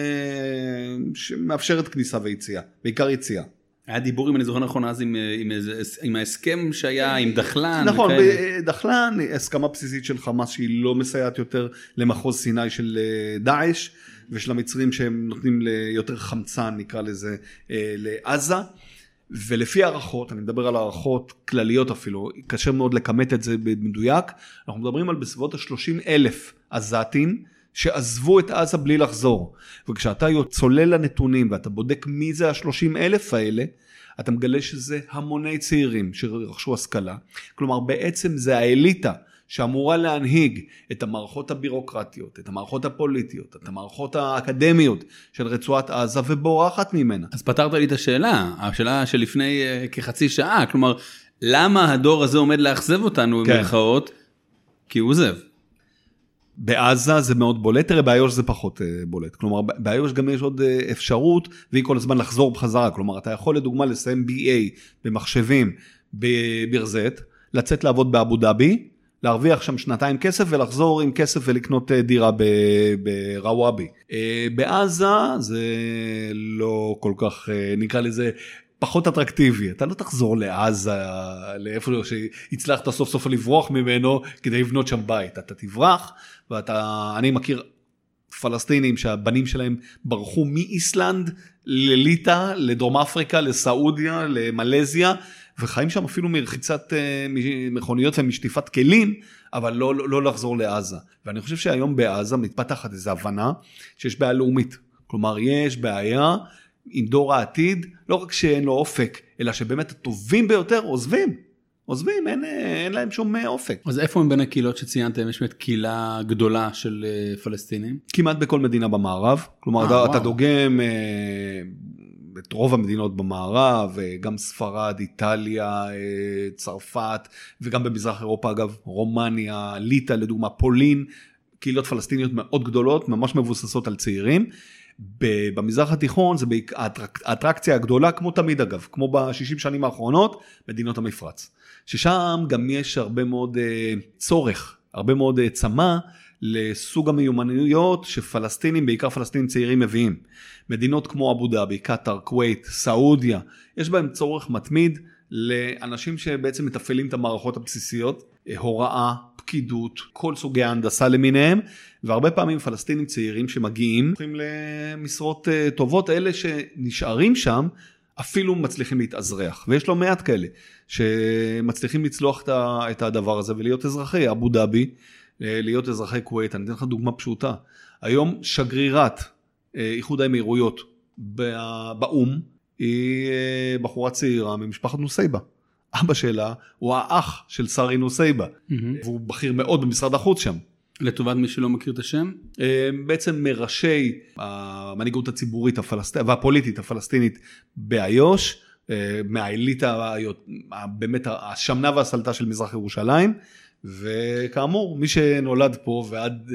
Speaker 2: שמאפשרת כניסה ויציאה, בעיקר יציאה.
Speaker 1: היה דיבור, אם אני זוכר נכון, אז עם ההסכם שהיה עם דחלן.
Speaker 2: נכון, דחלן, הסכמה בסיסית של חמאס שהיא לא מסייעת יותר למחוז סיני של דאעש, ושל המצרים שהם נותנים ליותר חמצן, נקרא לזה, לעזה. ולפי הערכות, אני מדבר על הערכות כלליות אפילו, קשה מאוד לכמת את זה במדויק, אנחנו מדברים על בסביבות ה-30,000 עזתים, שעזבו את עזה בלי לחזור. וכשאתה צולל לנתונים, ואתה בודק מי זה ה-30,000 האלה, אתה מגלה שזה המוני צעירים שרכשו השכלה. כלומר, בעצם זה האליטה שאמורה להנהיג את המערכות הבירוקרטיות, את המערכות הפוליטיות, את המערכות האקדמיות של רצועת עזה ובורחת ממנה.
Speaker 1: אז פתרת לי את השאלה שלפני כחצי שעה, כלומר, למה הדור הזה עומד לאכזב אותנו במרכאות? כי הוא עוזב.
Speaker 2: בעזה זה מאוד בולט, תראה באיו"ש זה פחות בולט, כלומר באיו"ש גם יש עוד אפשרות, והיא כל הזמן לחזור בחזרה, כלומר אתה יכול לדוגמה לסיים BA במחשבים בברזט, לצאת לעבוד באבו דאבי, להרוויח שם 2 כסף ולחזור עם כסף ולקנות דירה ברוואבי. בעזה זה לא כל כך, נקרא לזה, פחות אטרקטיבי. אתה לא תחזור לעזה, לאיפה שהצלחת סוף סוף לברוח ממנו כדי לבנות שם בית. אתה תברח, אני מכיר פלסטינים שהבנים שלהם ברחו מאיסלנד לליטא, לדרום אפריקה, לסעודיה, למלזיה, וחיים שם אפילו מרחיצת מכוניות ומשטיפת כלים, אבל לא לחזור לעזה. ואני חושב שהיום בעזה מתפתחת איזו הבנה שיש בעיה לאומית. כלומר, יש בעיה עם דור העתיד, לא רק שאין לו אופק, אלא שבאמת הטובים ביותר עוזבים, אין להם שום אופק.
Speaker 1: אז איפה הם בין הקהילות שציינתם? יש באמת קהילה גדולה של פלסטינים?
Speaker 2: כמעט בכל מדינה במערב. כלומר, אתה דוגם את רוב המדינות במערב, גם ספרד, איטליה, צרפת, וגם במזרח אירופה, אגב, רומניה, ליטא, לדוגמה, פולין, קהילות פלסטיניות מאוד גדולות, ממש מבוססות על צעירים. במזרח התיכון זה האטרקציה הגדולה, כמו תמיד אגב, כמו ב-60 שנים האחרונות, מדינות המפרץ. ששם גם יש הרבה מאוד צורך, הרבה מאוד צמא, לסוג המיומנויות שפלסטינים, בעיקר פלסטינים צעירים מביאים. מדינות כמו אבו דאבי, קטר, כווית, סעודיה, יש בהם צורך מתמיד לאנשים שבעצם מתפעלים את המערכות הבסיסיות, הוראה, פקידות, כל סוגי ההנדסה למיניהם, והרבה פעמים פלסטינים צעירים שמגיעים, הולכים למשרות טובות, אלה שנשארים שם, אפילו מצליחים להתאזרח, ויש לו מעט כאלה, שמצליחים לצלוח את הדבר הזה ולהיות אזרחי. אבו דאבי, להיות אזרחי כווית. אני אתן לך דוגמה פשוטה. היום שגרירת איחוד האמירויות באום, היא בחורה צעירה ממשפחת נוסייבה. אבא שלה הוא האח של שרי נוסייבה, והוא בכיר מאוד במשרד החוץ שם.
Speaker 1: לטובת מי שלא מכיר את השם?
Speaker 2: בעצם מראשי המנהיגות הציבורית והפוליטית הפלסטינית באיו"ש, מהאליטה באמת השמנה והסלטה של מזרח ירושלים, וכאמור מי שנולד פה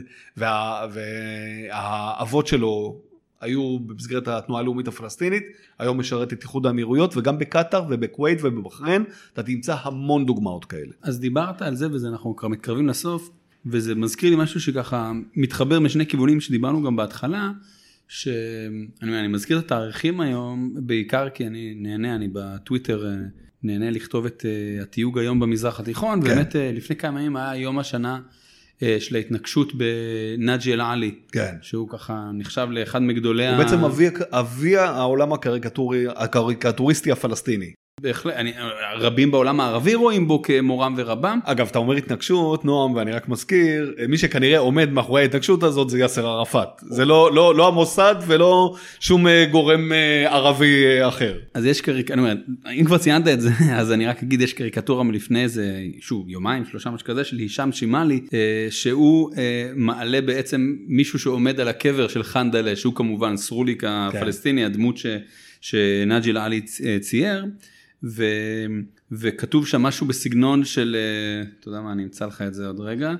Speaker 2: והאבות שלו היו במסגרת התנועה הלאומית הפלסטינית, היום משרת את איחוד האמירויות, וגם בקטר ובכווית ובבחריין, אתה תמצא המון דוגמאות כאלה.
Speaker 1: אז דיברת על זה, וזה אנחנו כבר מתקרבים לסוף, וזה מזכיר לי משהו שככה מתחבר משני כיוונים שדיברנו גם בהתחלה, שאני מזכיר את התאריכים היום, בעיקר כי אני נהנה, אני בטוויטר נהנה לכתוב את התיוג היום במזרח התיכון,
Speaker 2: כן.
Speaker 1: באמת לפני כמה ימים היה יום השנה, של ההתנגשות בנאג'י אל-עלי,
Speaker 2: כן.
Speaker 1: שהוא ככה נחשב לאחד מגדולי
Speaker 2: הוא בעצם אבי העולם הקריקטוריסטי הפלסטיני.
Speaker 1: בהחלט, רבים בעולם הערבי רואים בו כמורם ורבם.
Speaker 2: אגב, אתה אומר התנגשות, נועם, ואני רק מזכיר, מי שכנראה עומד מאחורי ההתנגשות הזאת זה יאסר ערפאת. זה לא המוסד ולא שום גורם ערבי אחר.
Speaker 1: אז יש אם כבר ציינת את זה, אז אני רק אגיד, יש קריקטורה מלפני איזה, יומיים, 3 משהו כזה, של הישאם שימאלי, שהוא מעלה בעצם מישהו שעומד על הקבר של חנדלה, שהוא כמובן סרוליק הפלסטיני, הדמות שנאג'י אל-עלי צייר, וכתוב שם משהו בסגנון של, אתה יודע מה, אני אמצא לך את זה עוד רגע.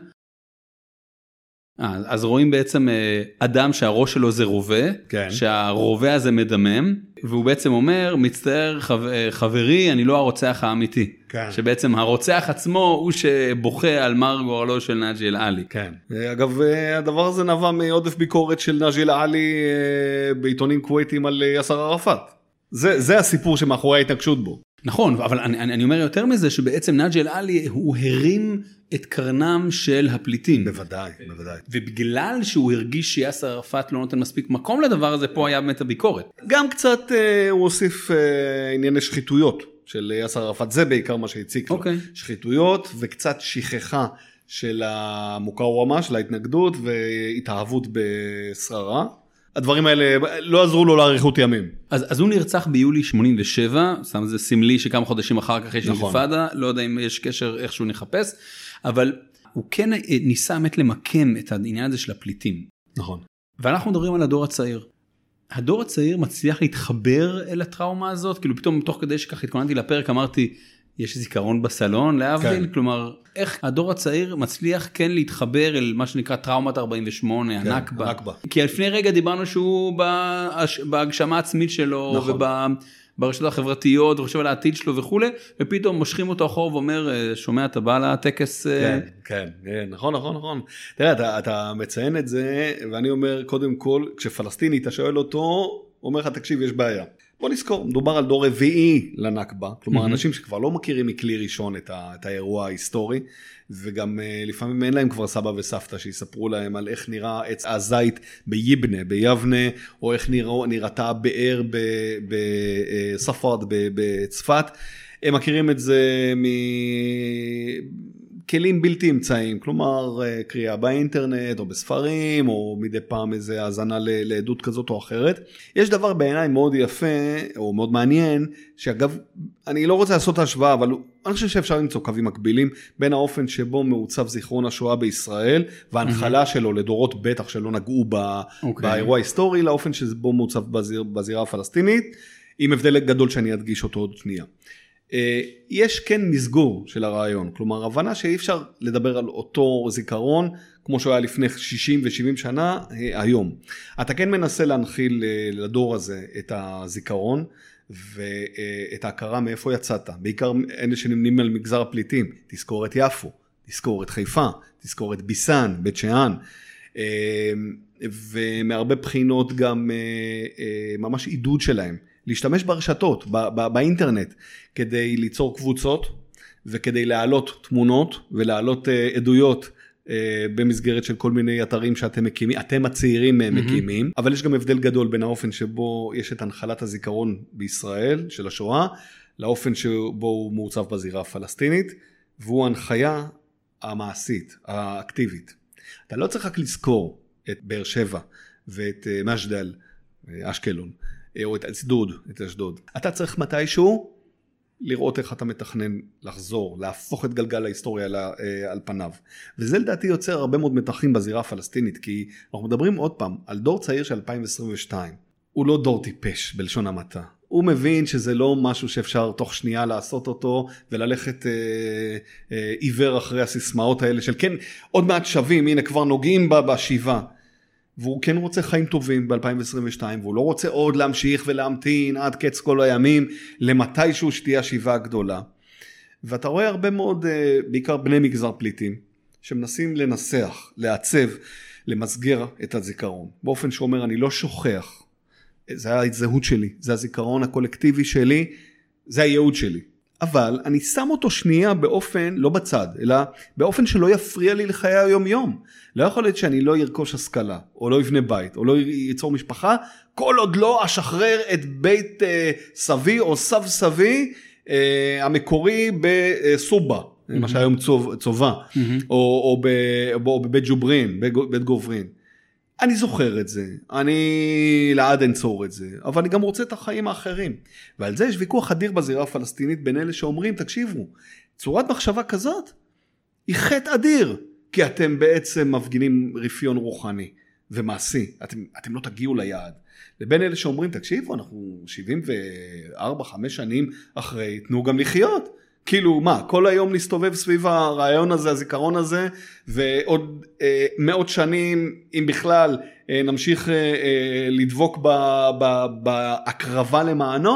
Speaker 1: אז רואים בעצם אדם שהראש שלו זה רובה,
Speaker 2: כן.
Speaker 1: שהרובה הזה מדמם, והוא בעצם אומר, מצטער חברי, אני לא הרוצח האמיתי.
Speaker 2: כן.
Speaker 1: שבעצם הרוצח עצמו הוא שבוכה על מר גורלו של נאג'י אל-עלי.
Speaker 2: כן. אגב, הדבר הזה נבע מעודף ביקורת של נאג'י אל-עלי בעיתונים כוויתים על יאסר ערפאת. זה הסיפור שמאחורי ההתנגשות בו.
Speaker 1: נכון, אבל אני אומר יותר מזה, שבעצם נאג'י אל-עלי הוא הרים את קרנם של הפליטים.
Speaker 2: בוודאי, בוודאי.
Speaker 1: ובגלל שהוא הרגיש שיאסר ערפאת לא נותן מספיק מקום לדבר הזה, פה היה באמת הביקורת.
Speaker 2: גם קצת הוא הוסיף ענייני שחיתויות של יאסר ערפאת, זה בעיקר מה שהציק לו. שחיתויות וקצת שכחה של המוקאוומה, של ההתנגדות והתאהבות בשררה. הדברים האלה לא עזרו לו לאריכות ימים.
Speaker 1: אז הוא נרצח ביולי 87, שם זה סמלי שכמה חודשים אחר כך יש אינתיפאדה, לא יודע אם יש קשר איכשהו נחפש, אבל הוא כן ניסה באמת למקם את העניין הזה של הפליטים.
Speaker 2: נכון.
Speaker 1: ואנחנו מדברים על הדור הצעיר. הדור הצעיר מצליח להתחבר אל הטראומה הזאת, כאילו פתאום תוך כדי שכך התכוננתי לפרק אמרתי, יש זיכרון בסלון להבדיל, כן. כלומר, איך הדור הצעיר מצליח כן להתחבר אל מה שנקרא טראומת 48, כן, הנכבה. כי לפני רגע דיברנו שהוא בהגשמה העצמית שלו, נכון. וברשתות החברתיות, וחושב על העתיד שלו וכו', ופתאום מושכים אותו אחור ואומר, שומע, אתה בא לטקס?
Speaker 2: כן, כן, נכון, נכון, נכון. תראה, אתה מציין את זה, ואני אומר, קודם כל, כשפלסטיני אתה שואל אותו, הוא אומר לך, תקשיב, יש בעיה. בוא נזכור, מדובר על דור רביעי לנכבה, כלומר אנשים שכבר לא מכירים מכלי ראשון את האירוע ההיסטורי, וגם לפעמים אין להם כבר סבא וסבתא שיספרו להם על איך נראה עץ הזית ביבנה, או איך נראתה הבאר בספרד בצפת, הם מכירים את זה כלים בלתי אמצעיים, כלומר קריאה באינטרנט או בספרים או מדי פעם איזה האזנה לעדות כזאת או אחרת. יש דבר בעיניי מאוד יפה או מאוד מעניין, שאגב אני לא רוצה לעשות השוואה, אבל אני חושב שאפשר למצוא קווים מקבילים בין האופן שבו מעוצב זיכרון השואה בישראל וההנחלה שלו לדורות בטח שלא נגעו באירוע ההיסטורי, לאופן שבו מעוצב בזירה הפלסטינית, עם הבדל גדול שאני אדגיש אותו עוד שנייה. יש כן מסגור של הרעיון, כלומר הבנה שאי אפשר לדבר על אותו זיכרון כמו שהוא היה לפני 60 ו-70 שנה היום. אתה כן מנסה להנחיל לדור הזה את הזיכרון ואת ההכרה מאיפה יצאת, בעיקר אלה שנמנים על מגזר הפליטים, תזכור את יפו, תזכור את חיפה, תזכור את ביסן, בית שאן, ומהרבה בחינות גם ממש עידוד שלהם. להשתמש ברשתות, באינטרנט, כדי ליצור קבוצות, וכדי להעלות תמונות, ולהעלות עדויות, במסגרת של כל מיני אתרים שאתם מקימים, אתם הצעירים מקימים, אבל יש גם הבדל גדול בין האופן שבו יש את הנחלת הזיכרון בישראל, של השואה, לאופן שבו הוא מעוצב בזירה הפלסטינית, והוא הנחיה המעשית, האקטיבית. אתה לא צריך רק לזכור את באר שבע ואת משדל, אשקלון, או את אשדוד. אתה צריך מתישהו לראות איך אתה מתכנן לחזור, להפוך את גלגל ההיסטוריה על פניו. וזה לדעתי יוצר הרבה מאוד מתחים בזירה הפלסטינית, כי אנחנו מדברים עוד פעם על דור צעיר של 2022. הוא לא דור טיפש בלשון המעטה. הוא מבין שזה לא משהו שאפשר תוך שנייה לעשות אותו, וללכת עיוור אחרי הסיסמאות האלה של כן, עוד מעט שווים, הנה כבר נוגעים בשיבה. והוא כן רוצה חיים טובים ב-2022, והוא לא רוצה עוד להמשיך ולהמתין עד קץ כל הימים, למתישהו שתהיה השיבה הגדולה. ואתה רואה הרבה מאוד, בעיקר בני מגזר פליטים, שמנסים לנסח, לעצב, למסגר את הזיכרון. באופן שאומר, אני לא שוכח, זה ההזהות שלי, זה הזיכרון הקולקטיבי שלי, זה הייעוד שלי. אבל אני שם אותו שנייה באופן, לא בצד, אלא באופן שלא יפריע לי לחיי היום-יום. לא יכול להיות שאני לא ירכוש השכלה, או לא יבנה בית, או לא ייצור משפחה, כל עוד לא אשחרר את בית סבי או סב סבי המקורי בסובה, מה שהיום צובה, או בבית ג'וברין, בית גוברין. אני זוכר את זה, אני לעד אנצור את זה, אבל אני גם רוצה את החיים האחרים. ועל זה יש ויכוח אדיר בזירה הפלסטינית בין אלה שאומרים, תקשיבו, צורת מחשבה כזאת היא חטא אדיר, כי אתם בעצם מפגינים רפיון רוחני ומעשי, אתם לא תגיעו ליעד. לבין אלה שאומרים, תקשיבו, אנחנו 74-5 שנים אחרי, תנו גם לחיות. כאילו מה, כל היום להסתובב סביב הרעיון הזה, הזיכרון הזה, ועוד מאות שנים, אם בכלל, נמשיך לדבוק בהקרבה למענו,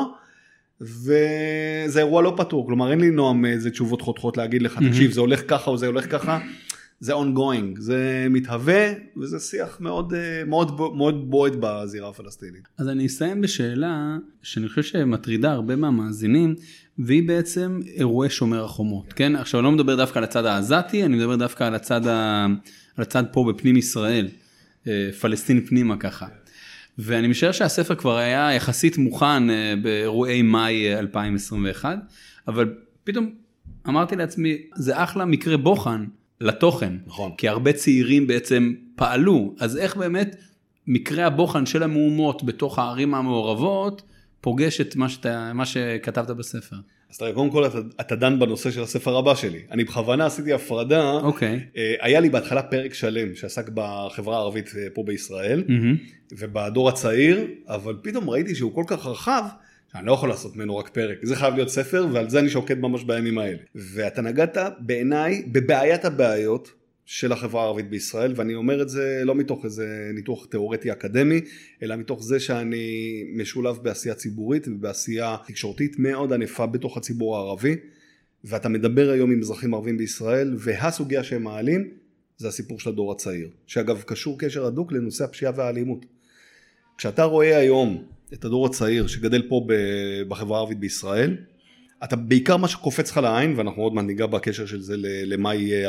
Speaker 2: וזה אירוע לא פתור, כלומר אין לי נועם איזה תשובות חותכות להגיד לך, תקשיב, זה הולך ככה או זה הולך ככה, זה ongoing, זה מתהווה, וזה שיח מאוד, מאוד, מאוד בועט בזירה הפלסטינית.
Speaker 1: אז אני אסיים בשאלה שאני חושב שמטרידה הרבה מהמאזינים, והיא בעצם אירועי שומר החומות, כן? עכשיו אני לא מדבר דווקא על הצד העזתי, אני מדבר דווקא על הצד פה בפנים ישראל, פלסטין פנימה ככה. ואני משער שהספר כבר היה יחסית מוכן באירועי מאי 2021, אבל פתאום אמרתי לעצמי, זה אחלה מקרה בוחן לתוכן,
Speaker 2: נכון.
Speaker 1: כי הרבה צעירים בעצם פעלו, אז איך באמת מקרה הבוחן של המהומות בתוך הערים המעורבות, פוגש את מה שכתבת בספר.
Speaker 2: אז תראה, קודם כל אתה דן בנושא של הספר הבא שלי. אני בכוונה עשיתי הפרדה.
Speaker 1: אוקיי.
Speaker 2: היה לי בהתחלה פרק שלם שעסק בחברה הערבית פה בישראל, ובדור הצעיר, אבל פתאום ראיתי שהוא כל כך רחב, שאני לא יכול לעשות ממנו רק פרק. זה חייב להיות ספר, ועל זה אני שוקד ממש בימים האלה. ואתה נגעת בעיניי בבעיית הבעיות של החברה הערבית בישראל, ואני אומר את זה לא מתוך איזה ניתוח תיאורטי אקדמי, אלא מתוך זה שאני משולב בעשייה ציבורית ובעשייה תקשורתית מאוד ענפה בתוך הציבור הערבי, ואתה מדבר היום עם אזרחים ערבים בישראל, והסוגיה שהם מעלים זה הסיפור של הדור הצעיר, שאגב קשור קשר הדוק לנושא הפשיעה והאלימות. כשאתה רואה היום את הדור הצעיר שגדל פה בחברה הערבית בישראל, אתה בעיקר מה שקופץ לך לעין, ואנחנו עוד מנהיגה בקשר של זה למאי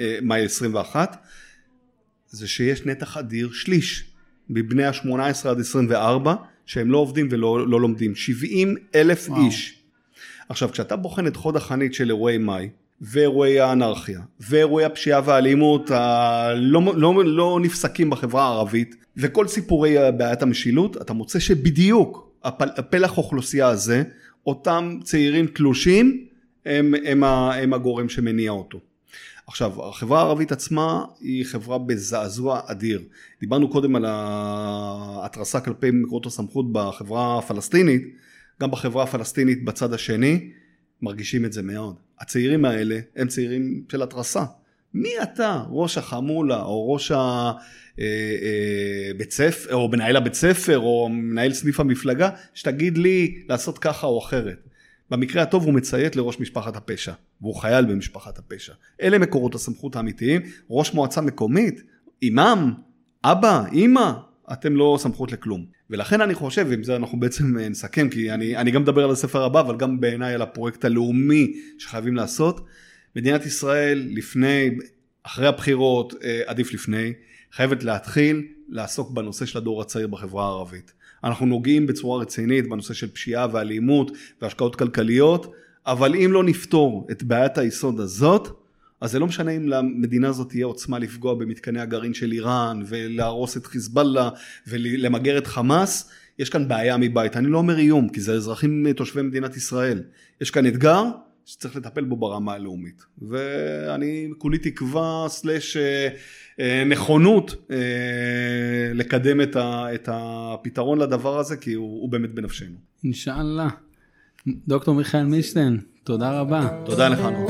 Speaker 2: 21, זה שיש נתח אדיר, שליש, מבני ה-18 עד 24, שהם לא עובדים ולא לומדים, 70,000 איש. עכשיו, כשאתה בוחן את חוד החנית של אירועי מאי, ואירועי האנרכיה, ואירועי הפשיעה והאלימות, לא נפסקים בחברה הערבית, וכל סיפורי בעיית המשילות, אתה מוצא שבדיוק הפלח אוכלוסייה הזה, אותם צעירים תלושים הם הגורם שמניע אותו. עכשיו, החברה הערבית עצמה היא חברה בזעזוע אדיר. דיברנו קודם על ההתרסה כלפי מקורות הסמכות בחברה הפלסטינית, גם בחברה הפלסטינית בצד השני, מרגישים את זה מאוד. הצעירים האלה הם צעירים של התרסה. מי אתה, ראש החמולה, או ראש בית ספר, או מנהל הבית ספר, או מנהל סניף המפלגה, שתגיד לי לעשות ככה או אחרת. במקרה הטוב הוא מציית לראש משפחת הפשע, והוא חייל במשפחת הפשע. אלה מקורות הסמכות האמיתיים, ראש מועצה מקומית, אימם, אבא, אמא, אתם לא סמכות לכלום. ולכן אני חושב, ועם זה אנחנו בעצם נסכם, כי אני גם מדבר על הספר הבא, אבל גם בעיניי על הפרויקט הלאומי שחייבים לעשות. מדינת ישראל אחרי הבחירות, עדיף לפני, חייבת להתחיל לעסוק בנושא של הדור הצעיר בחברה הערבית. אנחנו נוגעים בצורה רצינית בנושא של פשיעה ואלימות והשקעות כלכליות, אבל אם לא נפתור את בעיית היסוד הזאת, אז זה לא משנה אם למדינה הזאת תהיה עוצמה לפגוע במתקני הגרעין של איראן, ולהרוס את חיזבאללה, ולמגר את חמאס, יש כאן בעיה מבית. אני לא אומר איום, כי זה אזרחים תושבי מדינת ישראל. יש כאן אתגר שצריך לטפל בו ברמה הלאומית. ואני כולי תקווה סלש נכונות לקדם את הפתרון לדבר הזה, כי הוא באמת בנפשנו.
Speaker 1: אינשאללה. דוקטור מיכאל מילשטיין, תודה רבה.
Speaker 2: תודה לך, נור.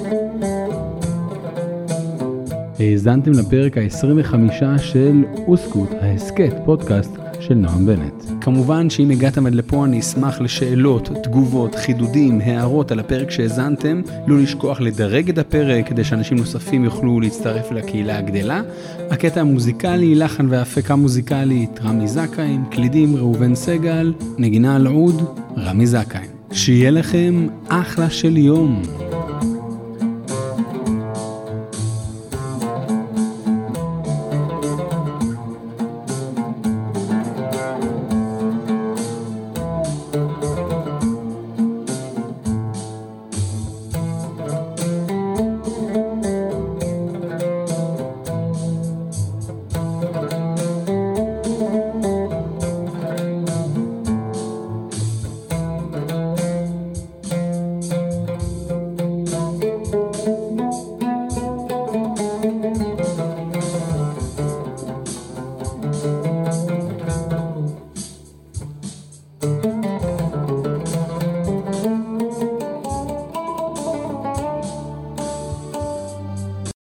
Speaker 1: האזנתם לפרק ה-25 של אוסקוט, ההסקט, פודקאסט של נועם בנט. כמובן שאם הגעתם עד לפה אני אשמח לשאלות, תגובות, חידודים, הערות על הפרק שהאזנתם. לא לשכוח לדרג את הפרק כדי שאנשים נוספים יוכלו להצטרף לקהילה הגדלה. הקטע המוזיקלי, לחן והפקה מוזיקלית, רמי זכאין, קלידים ראובן סגל, נגינה על עוד, רמי זכאין. שיהיה לכם אחלה של יום.